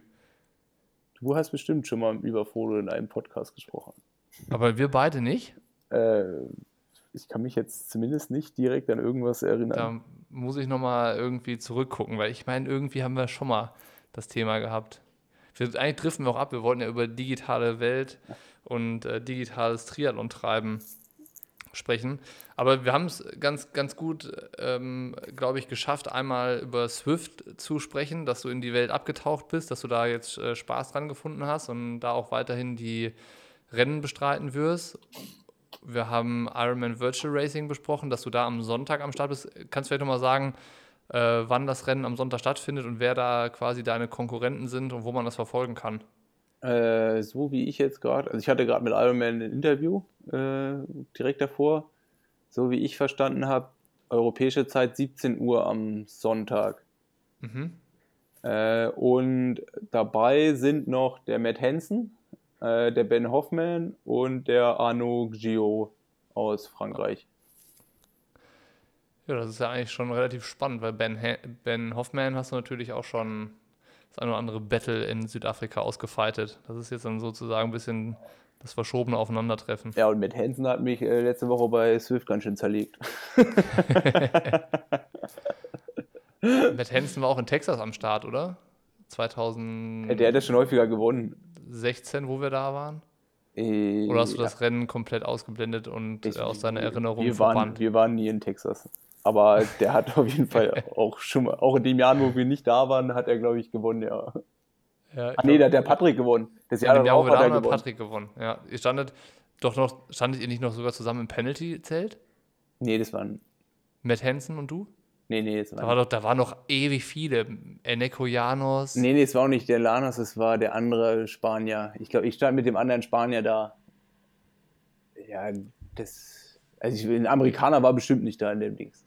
du hast bestimmt schon mal über Frodo in einem Podcast gesprochen. Aber wir beide nicht? Äh, ich kann mich jetzt zumindest nicht direkt an irgendwas erinnern. Da muss ich nochmal irgendwie zurückgucken, weil ich meine, irgendwie haben wir schon mal das Thema gehabt. Wir, eigentlich driften wir auch ab. Wir wollten ja über digitale Welt und äh, digitales Triathlon treiben sprechen. Aber wir haben es ganz, ganz gut, ähm, glaube ich, geschafft, einmal über Swift zu sprechen, dass du in die Welt abgetaucht bist, dass du da jetzt äh, Spaß dran gefunden hast und da auch weiterhin die Rennen bestreiten wirst. Wir haben Ironman Virtual Racing besprochen, dass du da am Sonntag am Start bist. Kannst du vielleicht nochmal sagen, äh, wann das Rennen am Sonntag stattfindet und wer da quasi deine Konkurrenten sind und wo man das verfolgen kann? Äh, so wie ich jetzt gerade, also ich hatte gerade mit Iron Man ein Interview äh, direkt davor. So wie ich verstanden habe, europäische Zeit siebzehn Uhr am Sonntag. Mhm. Äh, und dabei sind noch der Matt Hansen, äh, der Ben Hoffman und der Arnaud Gio aus Frankreich. Ja, das ist ja eigentlich schon relativ spannend, weil Ben, ha Ben Hoffman hast du natürlich auch schon das eine oder andere Battle in Südafrika ausgefeitet. Das ist jetzt dann sozusagen ein bisschen das verschobene Aufeinandertreffen. Ja, und Matt Hansen hat mich äh, letzte Woche bei Swift ganz schön zerlegt. Matt Hansen war auch in Texas am Start, oder? Der hat das schon häufiger gewonnen. zweitausendsechzehn, wo wir da waren. Äh, Oder hast du ja, das Rennen komplett ausgeblendet und ich, äh, aus deiner Erinnerung wir, waren, verbannt? wir waren nie in Texas. Aber der hat auf jeden Fall auch schon mal, auch in den Jahren, wo wir nicht da waren, hat er, glaube ich, gewonnen, ja. Ja, ich Ah nee, da hat der glaube, Patrick gewonnen. Das in Jahr dem Jahr, wo darauf wir hat da er waren, hat gewonnen. Patrick gewonnen. Ja, ihr standet doch noch, standet ihr nicht noch sogar zusammen im Penalty-Zelt? Nee, das waren, Matt Hansen und du? nee, nee, das Da war waren, doch, da waren noch ewig viele. Eneko Janos. nee, nee, es war auch nicht der Lanos, es war der andere Spanier. Ich glaube, ich stand mit dem anderen Spanier da. Ja, das, also ich, ein Amerikaner war bestimmt nicht da in dem Dings.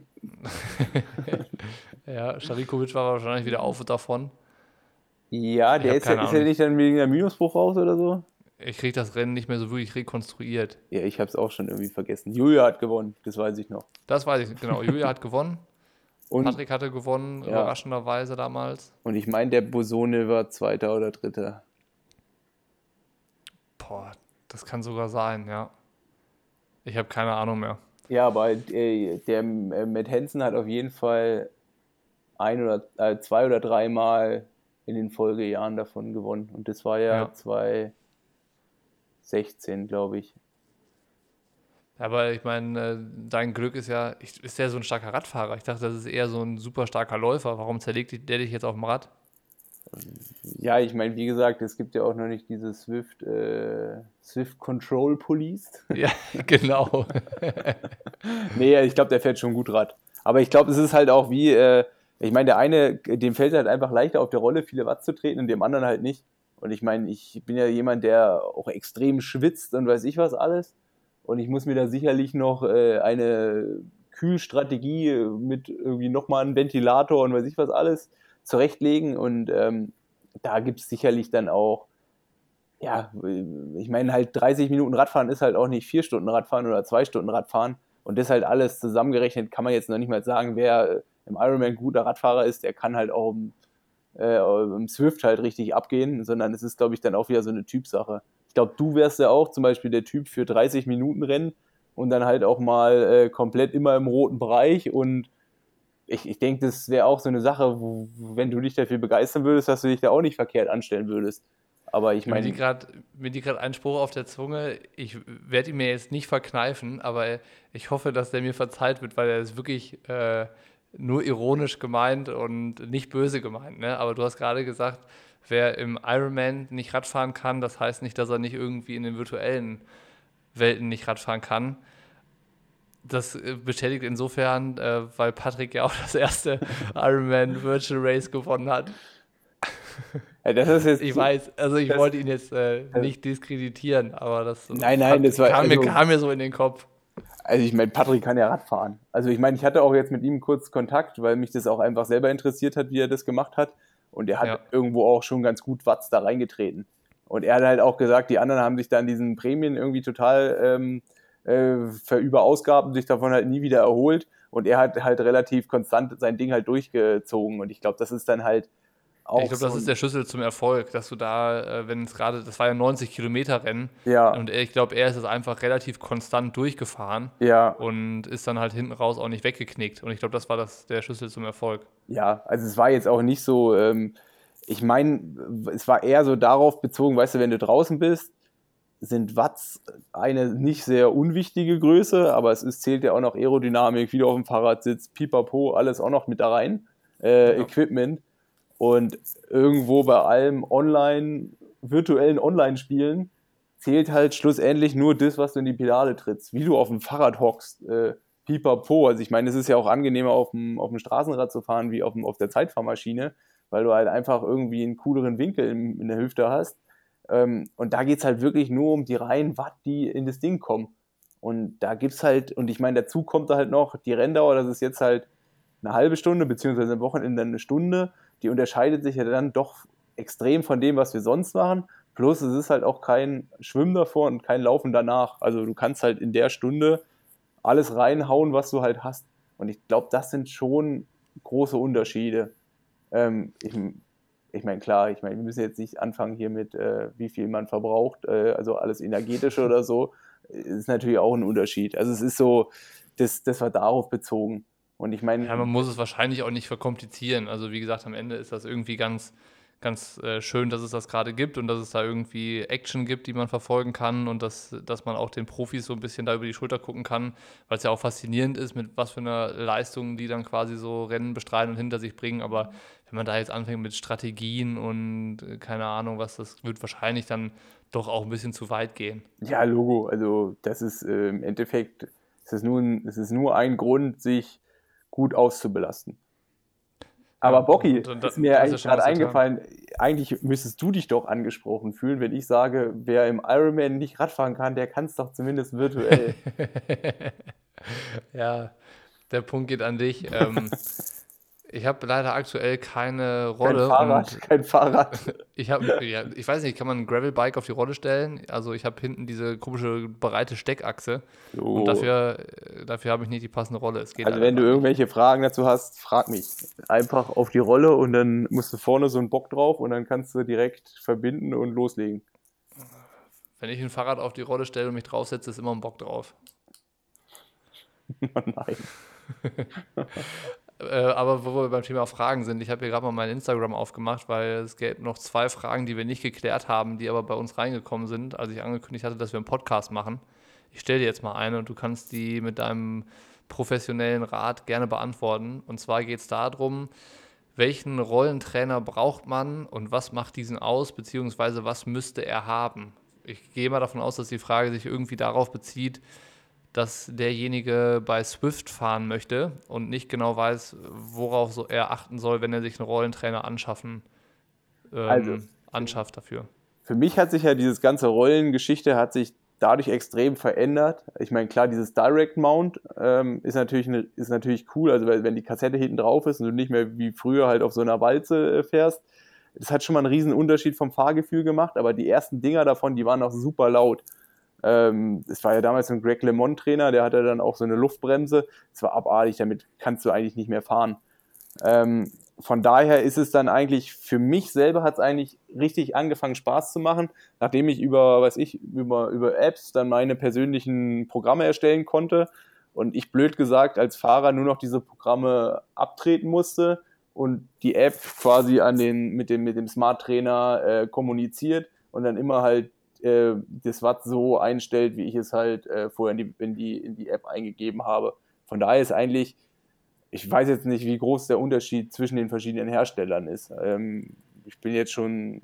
Ja, Starikovic war wahrscheinlich wieder auf und davon. Ja, Ich der habe ist ja, keine ist ja Ahnung. nicht dann wegen der Minusbruch raus oder so? Ich kriege das Rennen nicht mehr so wirklich rekonstruiert. Ja, ich habe es auch schon irgendwie vergessen. Julia hat gewonnen, das weiß ich noch. Das weiß ich genau. Julia hat gewonnen. Und Patrick hatte gewonnen, ja, überraschenderweise damals. und ich meine, der Bosone war Zweiter oder Dritter. Boah, das kann sogar sein, ja. Ich habe keine Ahnung mehr. Ja, aber äh, der äh, Matt Hansen hat auf jeden Fall ein oder äh, zwei oder dreimal in den Folgejahren davon gewonnen. Und das war ja Ja. zwanzig sechzehn, glaube ich. Aber ich meine, äh, dein Glück ist ja, ich, ist der so ein starker Radfahrer? Ich dachte, das ist eher so ein super starker Läufer. Warum zerlegt der dich jetzt auf dem Rad? Ja, ich meine, wie gesagt, es gibt ja auch noch nicht diese Swift, äh, Swift Control Police. Ja, genau. Nee, ich glaube, der fährt schon gut Rad. Aber ich glaube, es ist halt auch wie, äh, ich meine, der eine, dem fällt halt einfach leichter auf der Rolle, viele Watt zu treten und dem anderen halt nicht. Und ich meine, ich bin ja jemand, der auch extrem schwitzt und weiß ich was alles. Und ich muss mir da sicherlich noch äh, eine Kühlstrategie mit irgendwie nochmal einem Ventilator und weiß ich was alles zurechtlegen. Und ähm, da gibt es sicherlich dann auch, ja, ich meine, halt dreißig Minuten Radfahren ist halt auch nicht vier Stunden Radfahren oder zwei Stunden Radfahren. Und das halt alles zusammengerechnet kann man jetzt noch nicht mal sagen, wer im Ironman guter Radfahrer ist, der kann halt auch im, äh, im Swift halt richtig abgehen, sondern es ist, glaube ich, dann auch wieder so eine Typsache. Ich glaube, du wärst ja auch zum Beispiel der Typ für dreißig Minuten Rennen und dann halt auch mal äh, komplett immer im roten Bereich. Und ich, ich denke, das wäre auch so eine Sache, wo, wenn du dich dafür begeistern würdest, dass du dich da auch nicht verkehrt anstellen würdest. Aber ich Mir liegt meine, gerade mir liegt gerade ein Spruch auf der Zunge. Ich werde ihn mir jetzt nicht verkneifen, aber ich hoffe, dass der mir verzeiht wird, weil er ist wirklich äh, nur ironisch gemeint und nicht böse gemeint. Ne? Aber du hast gerade gesagt, wer im Ironman nicht Radfahren kann, das heißt nicht, dass er nicht irgendwie in den virtuellen Welten nicht Radfahren kann. Das äh, bestätigt insofern, äh, weil Patrick ja auch das erste Ironman Virtual Race gewonnen hat. ja, das ist jetzt Ich zu, weiß, also ich das, wollte ihn jetzt äh, das, nicht diskreditieren, aber das nein, nein, hat, das war, kam, mir, also, kam mir so in den Kopf. also ich meine, Patrick kann ja Rad fahren. Also ich meine, ich hatte auch jetzt mit ihm kurz Kontakt, weil mich das auch einfach selber interessiert hat, wie er das gemacht hat. Und er hat Ja, irgendwo auch schon ganz gut Watts da reingetreten. Und er hat halt auch gesagt, die anderen haben sich dann diesen Prämien irgendwie total ähm, äh, verüberausgabt und sich davon halt nie wieder erholt. Und er hat halt relativ konstant sein Ding halt durchgezogen. Und ich glaube, das ist dann halt ich auch glaube, so das ist ein, der Schlüssel zum Erfolg, dass du da, äh, wenn es gerade, das war ja neunzig Kilometer Rennen ja, und ich glaube, er ist es einfach relativ konstant durchgefahren ja, und ist dann halt hinten raus auch nicht weggeknickt. Und ich glaube, das war das, der Schlüssel zum Erfolg. ja, also es war jetzt auch nicht so, ähm, ich meine, es war eher so darauf bezogen, weißt du, wenn du draußen bist, sind Watts eine nicht sehr unwichtige Größe, aber es ist, zählt ja auch noch Aerodynamik, wie du auf dem Fahrrad sitzt, Pipapo, alles auch noch mit da rein, äh, Ja. Equipment. Und irgendwo bei allem online, virtuellen Online-Spielen zählt halt schlussendlich nur das, was du in die Pedale trittst, wie du auf dem Fahrrad hockst, äh, Pipapo. Also ich meine, es ist ja auch angenehmer, auf dem, auf dem Straßenrad zu fahren, wie auf, dem, auf der Zeitfahrmaschine, weil du halt einfach irgendwie einen cooleren Winkel in, in der Hüfte hast. Ähm, und da geht es halt wirklich nur um die reinen Watt, die in das Ding kommen. Und da gibt es halt, und ich meine, dazu kommt da halt noch die Renndauer, das ist jetzt halt eine halbe Stunde, beziehungsweise am Wochenende eine Stunde. Die unterscheidet sich ja dann doch extrem von dem, was wir sonst machen. Plus es ist halt auch kein Schwimmen davor und kein Laufen danach. Also du kannst halt in der Stunde alles reinhauen, was du halt hast. Und ich glaube, das sind schon große Unterschiede. Ähm, ich ich meine, klar, ich meine, wir müssen jetzt nicht anfangen hier mit, äh, wie viel man verbraucht, äh, also alles energetische oder so, ist natürlich auch ein Unterschied. Also es ist so, das, das war darauf bezogen. Und ich Ja, meine, man muss es wahrscheinlich auch nicht verkomplizieren. Also wie gesagt, am Ende ist das irgendwie ganz, ganz äh, schön, dass es das gerade gibt und dass es da irgendwie Action gibt, die man verfolgen kann und dass, dass man auch den Profis so ein bisschen da über die Schulter gucken kann, weil es ja auch faszinierend ist, mit was für einer Leistung die dann quasi so Rennen bestreiten und hinter sich bringen. Aber wenn man da jetzt anfängt mit Strategien und äh, keine Ahnung was, das wird wahrscheinlich dann doch auch ein bisschen zu weit gehen. Ja, Logo, also das ist äh, im Endeffekt, es ist, nur ein, es ist nur ein Grund, sich gut auszubelasten. Aber Ja, Bocky, und, und ist dann, mir dann ist ja eigentlich schon gerade was getan. eingefallen, eigentlich müsstest du dich doch angesprochen fühlen, wenn ich sage, wer im Ironman nicht Radfahren kann, der kann es doch zumindest virtuell. Ja, der Punkt geht an dich. Ähm, ich habe leider aktuell keine Kein Rolle Fahrrad, und kein Fahrrad. ich habe, ja, ich weiß nicht, kann man ein Gravelbike auf die Rolle stellen? Also ich habe hinten diese komische breite Steckachse und So, dafür, äh, dafür habe ich nicht die passende Rolle. Es geht also leider wenn du gerade nicht. irgendwelche Fragen dazu hast, frag mich. Einfach auf die Rolle und dann musst du vorne so einen Bock drauf und dann kannst du direkt verbinden und loslegen. Wenn ich ein Fahrrad auf die Rolle stelle und mich draufsetze, ist immer ein Bock drauf. Nein. Äh, aber wo wir beim Thema Fragen sind, ich habe hier gerade mal mein Instagram aufgemacht, weil es gäbe noch zwei Fragen, die wir nicht geklärt haben, die aber bei uns reingekommen sind, als ich angekündigt hatte, dass wir einen Podcast machen. Ich stelle dir jetzt mal eine und du kannst die mit deinem professionellen Rat gerne beantworten. Und zwar geht es darum, welchen Rollentrainer braucht man und was macht diesen aus, beziehungsweise was müsste er haben? Ich gehe mal davon aus, dass die Frage sich irgendwie darauf bezieht, dass derjenige bei Swift fahren möchte und nicht genau weiß, worauf so er achten soll, wenn er sich einen Rollentrainer anschaffen, Also, ähm, anschafft dafür. für mich hat sich ja dieses ganze Rollengeschichte hat sich dadurch extrem verändert. Ich meine, klar, dieses Direct Mount ähm, ist, natürlich eine, ist natürlich cool, also wenn die Kassette hinten drauf ist und du nicht mehr wie früher halt auf so einer Walze äh, fährst. Das hat schon mal einen riesen Unterschied vom Fahrgefühl gemacht, aber die ersten Dinger davon, die waren auch super laut. Ähm, es war ja damals so ein Greg LeMond Trainer, der hatte dann auch so eine Luftbremse. Es war abartig, damit kannst du eigentlich nicht mehr fahren. Ähm, von daher ist es dann eigentlich, für mich selber hat es eigentlich richtig angefangen Spaß zu machen, nachdem ich über, weiß ich, über, über Apps dann meine persönlichen Programme erstellen konnte und ich blöd gesagt als Fahrer nur noch diese Programme abtreten musste und die App quasi an den, mit dem, mit dem Smart Trainer äh, kommuniziert und dann immer halt äh, das Watt so einstellt, wie ich es halt äh, vorher in die, in, die, in die App eingegeben habe. Von daher ist eigentlich, ich weiß jetzt nicht, wie groß der Unterschied zwischen den verschiedenen Herstellern ist. Ähm, ich bin jetzt schon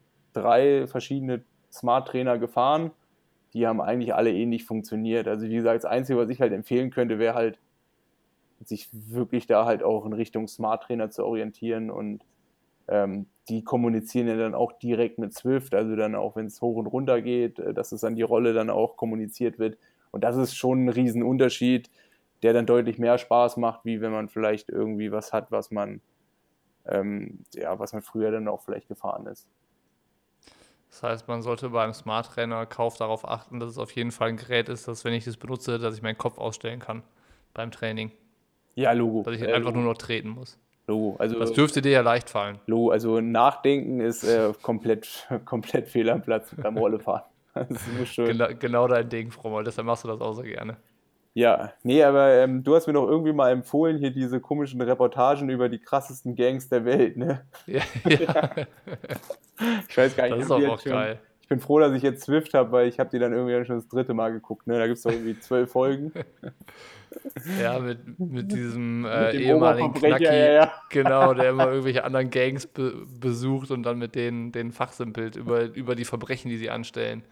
drei verschiedene Smart Trainer gefahren. Die haben eigentlich alle ähnlich funktioniert. Also wie gesagt, das Einzige, was ich halt empfehlen könnte, wäre halt, sich wirklich da halt auch in Richtung Smart Trainer zu orientieren und ähm, die kommunizieren ja dann auch direkt mit Swift, also dann auch, wenn es hoch und runter geht, dass es an die Rolle dann auch kommuniziert wird. Und das ist schon ein Riesenunterschied, der dann deutlich mehr Spaß macht, wie wenn man vielleicht irgendwie was hat, was man, ähm, ja, was man früher dann auch vielleicht gefahren ist. Das heißt, man sollte beim Smart Trainer Kauf darauf achten, dass es auf jeden Fall ein Gerät ist, dass wenn ich das benutze, dass ich meinen Kopf ausstellen kann beim Training. Ja, Logo. Dass ich Äh, einfach nur Logo. noch treten muss. Logo. Das Also, dürfte dir ja leicht fallen. Logo. Also Nachdenken ist äh, komplett, komplett fehl am Platz beim Rollefahren. Das muss schon. Genau, genau dein Ding, Frommel. Deshalb machst du das auch so gerne. Ja, nee, aber ähm, du hast mir doch irgendwie mal empfohlen, hier diese komischen Reportagen über die krassesten Gangs der Welt, ne? Ja, ja. Ich weiß gar nicht, ich Das ist habe die auch, jetzt auch schon. geil. Ich bin froh, dass ich jetzt Swift habe, weil ich habe die dann irgendwie schon das dritte Mal geguckt, ne? Da gibt es doch irgendwie zwölf Folgen. Ja, mit, mit diesem Mit äh, dem ehemaligen Oberverbrecher, ja, Knacki, ja. genau, der immer irgendwelche anderen Gangs be besucht und dann mit denen, denen fachsimpelt über, über die Verbrechen, die sie anstellen.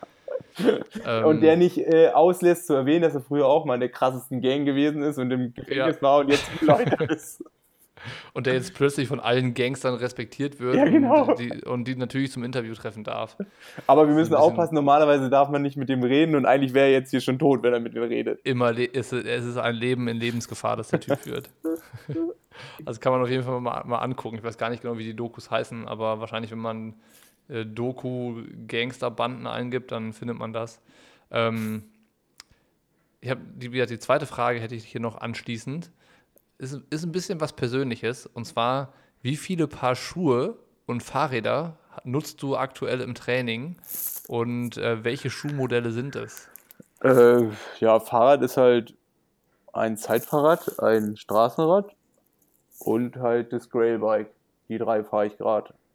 Und der Ähm, nicht äh, auslässt zu erwähnen, dass er früher auch mal in der krassesten Gang gewesen ist und im ja, Gefängnis war und jetzt Leute ist. und der jetzt plötzlich von allen Gangstern respektiert wird Ja, und genau. die, und die natürlich zum Interview treffen darf. Aber wir Das ist müssen ein bisschen aufpassen, normalerweise darf man nicht mit dem reden und eigentlich wäre er jetzt hier schon tot, wenn er mit mir redet. immer, le- es ist, es ist ein Leben in Lebensgefahr, das der Typ führt. Also kann man auf jeden Fall mal, mal angucken. Ich weiß gar nicht genau, wie die Dokus heißen, aber wahrscheinlich, wenn man äh, Doku-Gangsterbanden eingibt, dann findet man das. Ähm, ich habe die, die zweite Frage hätte ich hier noch anschließend. Ist, ist ein bisschen was Persönliches. Und zwar, wie viele Paar Schuhe und Fahrräder nutzt du aktuell im Training und äh, welche Schuhmodelle sind es? Äh, ja, Fahrrad ist halt ein Zeitfahrrad, ein Straßenrad und halt das Grailbike. Die drei fahre ich gerade.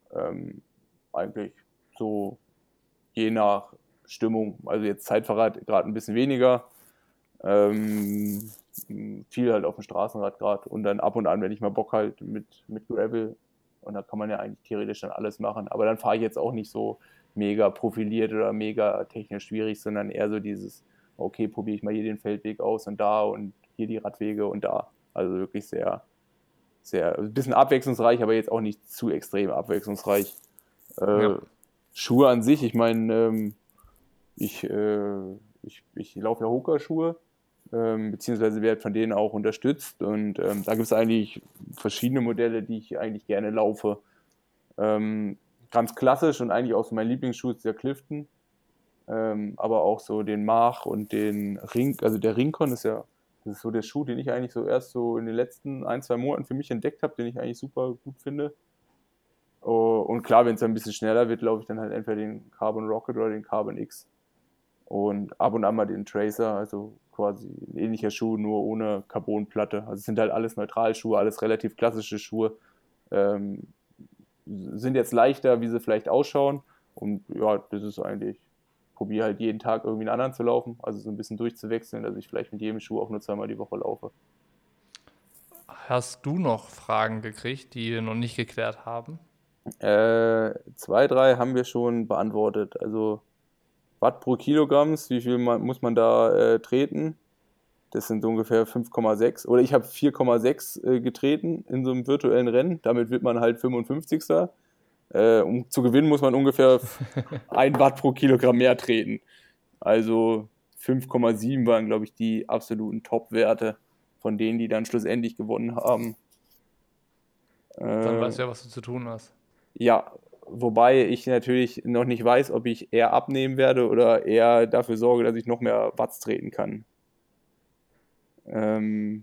ähm, eigentlich so je nach Stimmung. Also jetzt Zeitfahrrad gerade ein bisschen weniger. Ähm, viel halt auf dem Straßenrad gerade und dann ab und an, wenn ich mal Bock halt mit, mit Gravel, und da kann man ja eigentlich theoretisch dann alles machen, aber dann fahre ich jetzt auch nicht so mega profiliert oder mega technisch schwierig, sondern eher so dieses, okay, probiere ich mal hier den Feldweg aus und da und hier die Radwege und da. Also wirklich sehr, sehr, ein bisschen abwechslungsreich, aber jetzt auch nicht zu extrem abwechslungsreich. Äh, Ja. Schuhe an sich, ich meine, ähm, ich, äh, ich, ich laufe ja Hoka-Schuhe, ähm, beziehungsweise werde von denen auch unterstützt. Und ähm, da gibt es eigentlich verschiedene Modelle, die ich eigentlich gerne laufe. Ähm, ganz klassisch und eigentlich auch so mein Lieblingsschuh ist der Clifton, ähm, aber auch so den Mach und den Ring, also der Rincon ist ja, das ist so der Schuh, den ich eigentlich so erst so in den letzten ein, zwei Monaten für mich entdeckt habe, den ich eigentlich super gut finde. Oh, und klar, wenn es ein bisschen schneller wird, laufe ich dann halt entweder den Carbon Rocket oder den Carbon X. Und ab und an mal den Tracer, also quasi ein ähnlicher Schuh, nur ohne Carbonplatte. Also es sind halt alles Neutralschuhe, alles relativ klassische Schuhe. Ähm, sind jetzt leichter, wie sie vielleicht ausschauen. Und ja, das ist eigentlich, probiere halt jeden Tag irgendwie einen anderen zu laufen, also so ein bisschen durchzuwechseln, dass ich vielleicht mit jedem Schuh auch nur zweimal die Woche laufe. Hast du noch Fragen gekriegt, die wir noch nicht geklärt haben? Äh, zwei, drei haben wir schon beantwortet. Also Watt pro Kilogramm, wie viel man, muss man da äh, treten? Das sind so ungefähr fünf Komma sechs. Oder ich habe vier Komma sechs äh, getreten in so einem virtuellen Rennen. Damit wird man halt fünfundfünfzigster. Äh, um zu gewinnen, muss man ungefähr ein Watt pro Kilogramm mehr treten. Also fünf Komma sieben waren, glaube ich, die absoluten Top-Werte von denen, die dann schlussendlich gewonnen haben. Dann Äh, weißt du ja, was du zu tun hast. ja, wobei ich natürlich noch nicht weiß, ob ich eher abnehmen werde oder eher dafür sorge, dass ich noch mehr Watts treten kann. Ähm,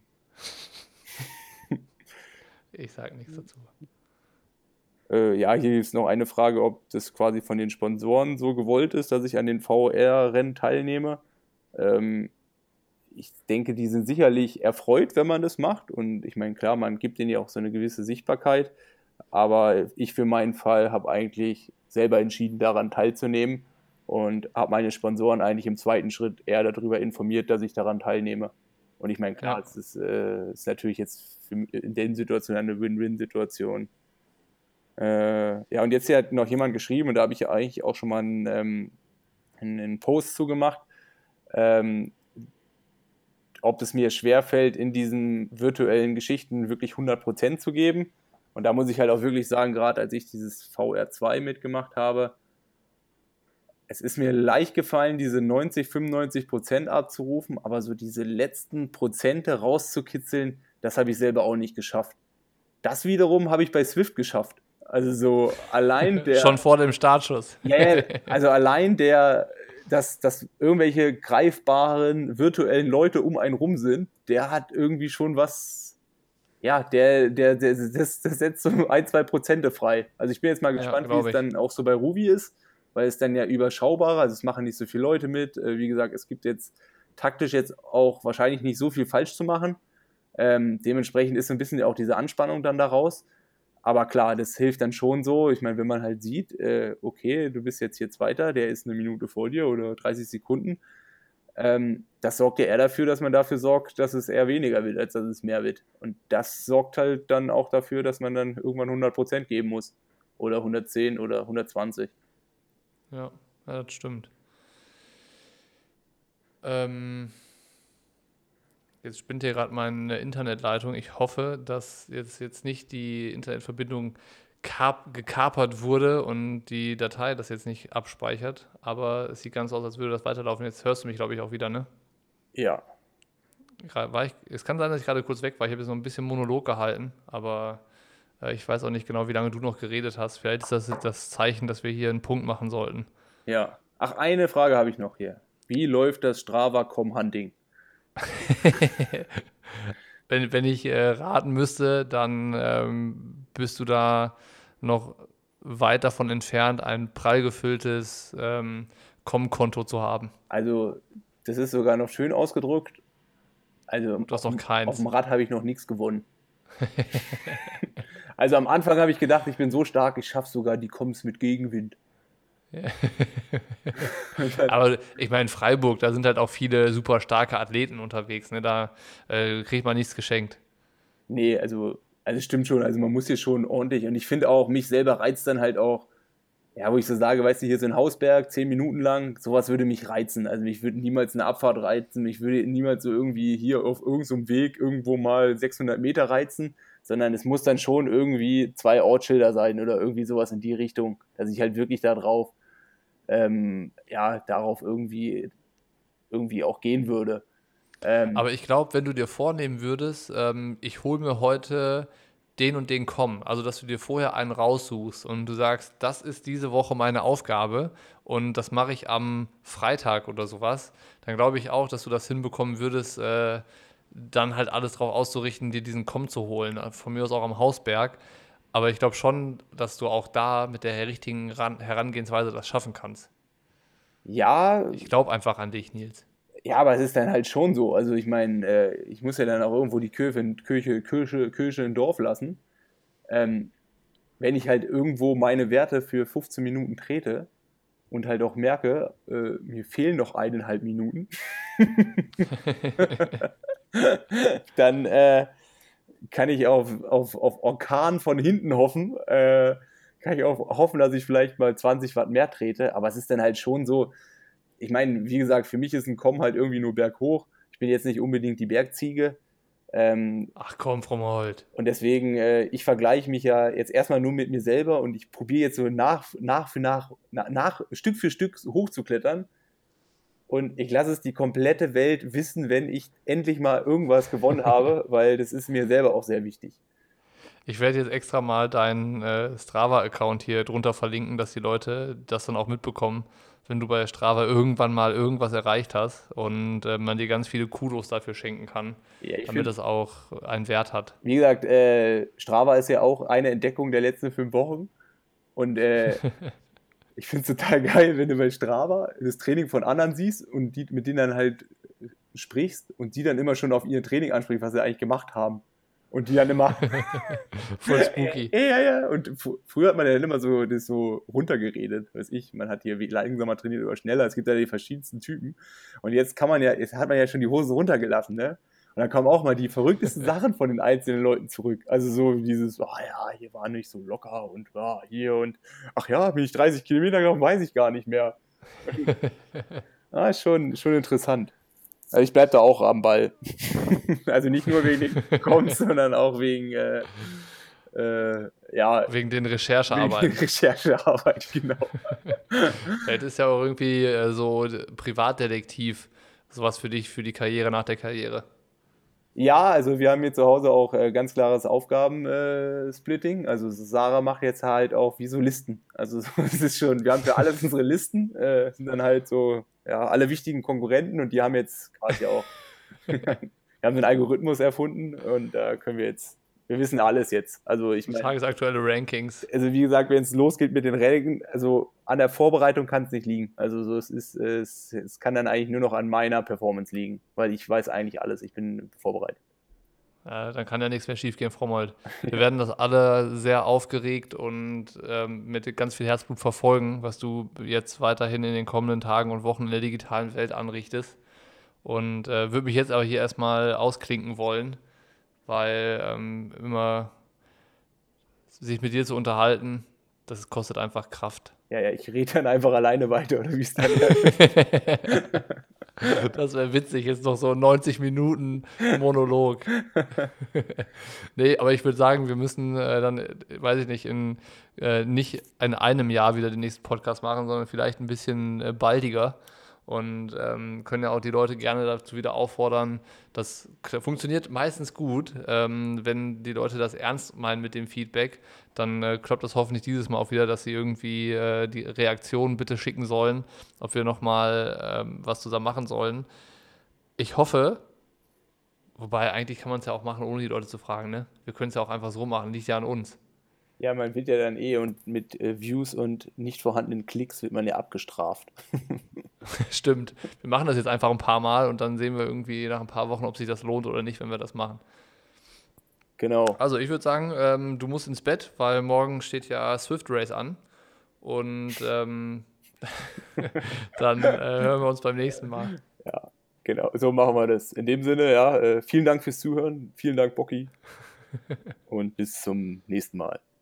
Ich sage nichts dazu. Äh, ja, hier ist noch eine Frage, ob das quasi von den Sponsoren so gewollt ist, dass ich an den V R-Rennen teilnehme. Ähm, ich denke, die sind sicherlich erfreut, wenn man das macht. Und ich meine, klar, man gibt denen ja auch so eine gewisse Sichtbarkeit. Aber ich für meinen Fall habe eigentlich selber entschieden, daran teilzunehmen und habe meine Sponsoren eigentlich im zweiten Schritt eher darüber informiert, dass ich daran teilnehme. Und ich meine, klar, Ja. es ist, äh, ist natürlich jetzt für, in der Situation eine Win-Win-Situation. Äh, ja, und jetzt hier hat noch jemand geschrieben, und da habe ich ja eigentlich auch schon mal einen, ähm, einen Post zugemacht, ähm, ob es mir schwerfällt, in diesen virtuellen Geschichten wirklich hundert Prozent zu geben. Und da muss ich halt auch wirklich sagen, gerade als ich dieses V R zwei mitgemacht habe, es ist mir leicht gefallen, diese neunzig, fünfundneunzig Prozent abzurufen, aber so diese letzten Prozente rauszukitzeln, das habe ich selber auch nicht geschafft. Das wiederum habe ich bei Swift geschafft. Also so allein Schon der, vor dem Startschuss. ja, yeah, also allein der, dass, dass irgendwelche greifbaren virtuellen Leute um einen rum sind, der hat irgendwie schon was, ja, der, der, der, das, das setzt so ein, zwei Prozente frei. Also ich bin jetzt mal Ja, gespannt, wie es glaube ich. dann auch so bei Ruby ist, weil es dann ja überschaubarer, also es machen nicht so viele Leute mit. Wie gesagt, es gibt jetzt taktisch jetzt auch wahrscheinlich nicht so viel falsch zu machen. Ähm, dementsprechend ist so ein bisschen auch diese Anspannung dann daraus. Aber klar, das hilft dann schon so. Ich meine, wenn man halt sieht, äh, okay, du bist jetzt hier Zweiter, der ist eine Minute vor dir oder dreißig Sekunden, ähm, das sorgt ja eher dafür, dass man dafür sorgt, dass es eher weniger wird, als dass es mehr wird. Und das sorgt halt dann auch dafür, dass man dann irgendwann hundert Prozent geben muss. Oder hundertzehn oder hundertzwanzig. Ja, ja, das stimmt. Ähm, jetzt spinnt hier gerade meine Internetleitung. Ich hoffe, dass jetzt, jetzt nicht die Internetverbindung kap gekapert wurde und die Datei das jetzt nicht abspeichert. Aber es sieht ganz aus, als würde das weiterlaufen. Jetzt hörst du mich, glaube ich, auch wieder, ne? Ja, Gra- War ich, es kann sein, dass ich gerade kurz weg war. Ich habe jetzt noch ein bisschen Monolog gehalten, aber äh, ich weiß auch nicht genau, wie lange du noch geredet hast. Vielleicht ist das das Zeichen, dass wir hier einen Punkt machen sollten. ja. Ach, eine Frage habe ich noch hier. Wie läuft das Strava-Com-Hunting? Wenn, wenn ich äh, raten müsste, dann ähm, bist du da noch weit davon entfernt, ein prall gefülltes ähm, Com-Konto zu haben. Also, das ist sogar noch schön ausgedrückt. Also, Du auf hast noch dem, auf dem keins. Rad habe ich noch nichts gewonnen. Also am Anfang habe ich gedacht, ich bin so stark, ich schaffe sogar die Koms mit Gegenwind. Aber ich meine, in Freiburg, da sind halt auch viele super starke Athleten unterwegs. Ne? Da äh, kriegt man nichts geschenkt. Nee, also, also stimmt schon. Also man muss hier schon ordentlich. Und ich finde auch, mich selber reizt dann halt auch, ja, wo ich so sage, weißt du, hier ist ein Hausberg, zehn Minuten lang, sowas würde mich reizen. Also mich würde niemals eine Abfahrt reizen, mich würde niemals so irgendwie hier auf irgendeinem Weg irgendwo mal sechshundert Meter reizen, sondern es muss dann schon irgendwie zwei Ortsschilder sein oder irgendwie sowas in die Richtung, dass ich halt wirklich da drauf, ähm, ja, darauf irgendwie, irgendwie auch gehen würde. Ähm, Aber ich glaube, wenn du dir vornehmen würdest, ähm, ich hole mir heute den und den kommen, also dass du dir vorher einen raussuchst und du sagst, das ist diese Woche meine Aufgabe und das mache ich am Freitag oder sowas, dann glaube ich auch, dass du das hinbekommen würdest, äh, dann halt alles drauf auszurichten, dir diesen Komm zu holen. Von mir aus auch am Hausberg. Aber ich glaube schon, dass du auch da mit der richtigen Ran- Herangehensweise das schaffen kannst. ja, Ich glaube einfach an dich, Nils. Ja, aber es ist dann halt schon so. Also ich meine, äh, ich muss ja dann auch irgendwo die Kirche, Kirche, Kirche, Kirche im Dorf lassen. Ähm, wenn ich halt irgendwo meine Werte für fünfzehn Minuten trete und halt auch merke, äh, mir fehlen noch eineinhalb Minuten, dann äh, kann ich auf, auf, auf Orkan von hinten hoffen. Äh, kann ich auch hoffen, dass ich vielleicht mal zwanzig Watt mehr trete. Aber es ist dann halt schon so, ich meine, wie gesagt, für mich ist ein Kommen halt irgendwie nur berghoch. Ich bin jetzt nicht unbedingt die Bergziege. Ähm, Ach komm, Frau Mold. und deswegen, äh, ich vergleiche mich ja jetzt erstmal nur mit mir selber und ich probiere jetzt so nach, nach für nach, nach, nach, Stück für Stück hochzuklettern. Und ich lasse es die komplette Welt wissen, wenn ich endlich mal irgendwas gewonnen habe, weil das ist mir selber auch sehr wichtig. Ich werde jetzt extra mal deinen äh, Strava-Account hier drunter verlinken, dass die Leute das dann auch mitbekommen, wenn du bei Strava irgendwann mal irgendwas erreicht hast und äh, man dir ganz viele Kudos dafür schenken kann, Ja, ich damit finde, das auch einen Wert hat. wie gesagt, äh, Strava ist ja auch eine Entdeckung der letzten fünf Wochen. Und äh, ich finde es total geil, wenn du bei Strava das Training von anderen siehst und die, mit denen dann halt sprichst und die dann immer schon auf ihr Training ansprichst, was sie eigentlich gemacht haben. Und die dann immer, Voll spooky. ja, ja, ja. Und fr- früher hat man ja dann immer so das so runtergeredet, weiß ich, man hat hier wie langsamer trainiert oder schneller, es gibt ja die verschiedensten Typen. Und jetzt kann man ja, jetzt hat man ja schon die Hose runtergelassen, ne? Und dann kommen auch mal die verrücktesten Sachen von den einzelnen Leuten zurück. Also so dieses, ah ja, hier war nicht so locker und war hier und ach ja, bin ich dreißig Kilometer gelaufen, weiß ich gar nicht mehr. Ah, ist schon, schon interessant. Also ich bleibe da auch am Ball. Also nicht nur wegen den Comms, sondern auch wegen, äh, äh, ja, Wegen den wegen Recherchearbeiten. Recherchearbeit, genau. Vielleicht ist ja auch irgendwie äh, so Privatdetektiv sowas für dich, für die Karriere nach der Karriere. Ja, also wir haben hier zu Hause auch äh, ganz klares Aufgaben-Splitting. Also Sarah macht jetzt halt auch wie so Listen. Also so, es ist schon, wir haben für alles unsere Listen, äh, sind dann halt so, ja, alle wichtigen Konkurrenten und die haben jetzt quasi auch, wir haben einen Algorithmus erfunden und da können wir jetzt, wir wissen alles jetzt. Also ich So meine, tagesaktuelle Rankings. also wie gesagt, wenn es losgeht mit den Regeln, also an der Vorbereitung kann es nicht liegen. Also so, es ist, es, es kann dann eigentlich nur noch an meiner Performance liegen, weil ich weiß eigentlich alles, ich bin vorbereitet. Äh, dann kann ja nichts mehr schiefgehen, Frau Mold. Wir werden das alle sehr aufgeregt und ähm, mit ganz viel Herzblut verfolgen, was du jetzt weiterhin in den kommenden Tagen und Wochen in der digitalen Welt anrichtest. Und äh, würde mich jetzt aber hier erstmal ausklinken wollen, weil ähm, immer sich mit dir zu unterhalten, das kostet einfach Kraft. Ja, ja, ich rede dann einfach alleine weiter, oder wie es dann Das wäre witzig, jetzt noch so neunzig Minuten Monolog. Nee, aber ich würde sagen, wir müssen äh, dann, äh, weiß ich nicht, in äh, nicht in einem Jahr wieder den nächsten Podcast machen, sondern vielleicht ein bisschen äh, baldiger. Und ähm, können ja auch die Leute gerne dazu wieder auffordern. Das k- funktioniert meistens gut, ähm, wenn die Leute das ernst meinen mit dem Feedback. Dann äh, klappt das hoffentlich dieses Mal auch wieder, dass sie irgendwie äh, die Reaktion bitte schicken sollen, ob wir nochmal ähm, was zusammen machen sollen. Ich hoffe, wobei eigentlich kann man es ja auch machen, ohne die Leute zu fragen, ne? Wir können es ja auch einfach so machen, liegt ja an uns. Ja, man wird ja dann eh und mit äh, Views und nicht vorhandenen Klicks wird man ja abgestraft. Stimmt. Wir machen das jetzt einfach ein paar Mal und dann sehen wir irgendwie nach ein paar Wochen, ob sich das lohnt oder nicht, wenn wir das machen. Genau. Also ich würde sagen, ähm, du musst ins Bett, weil morgen steht ja Swift Race an. Und ähm, dann äh, hören wir uns beim nächsten Mal. Ja, genau. So machen wir das. In dem Sinne, ja, äh, vielen Dank fürs Zuhören. Vielen Dank, Bocky. Und bis zum nächsten Mal.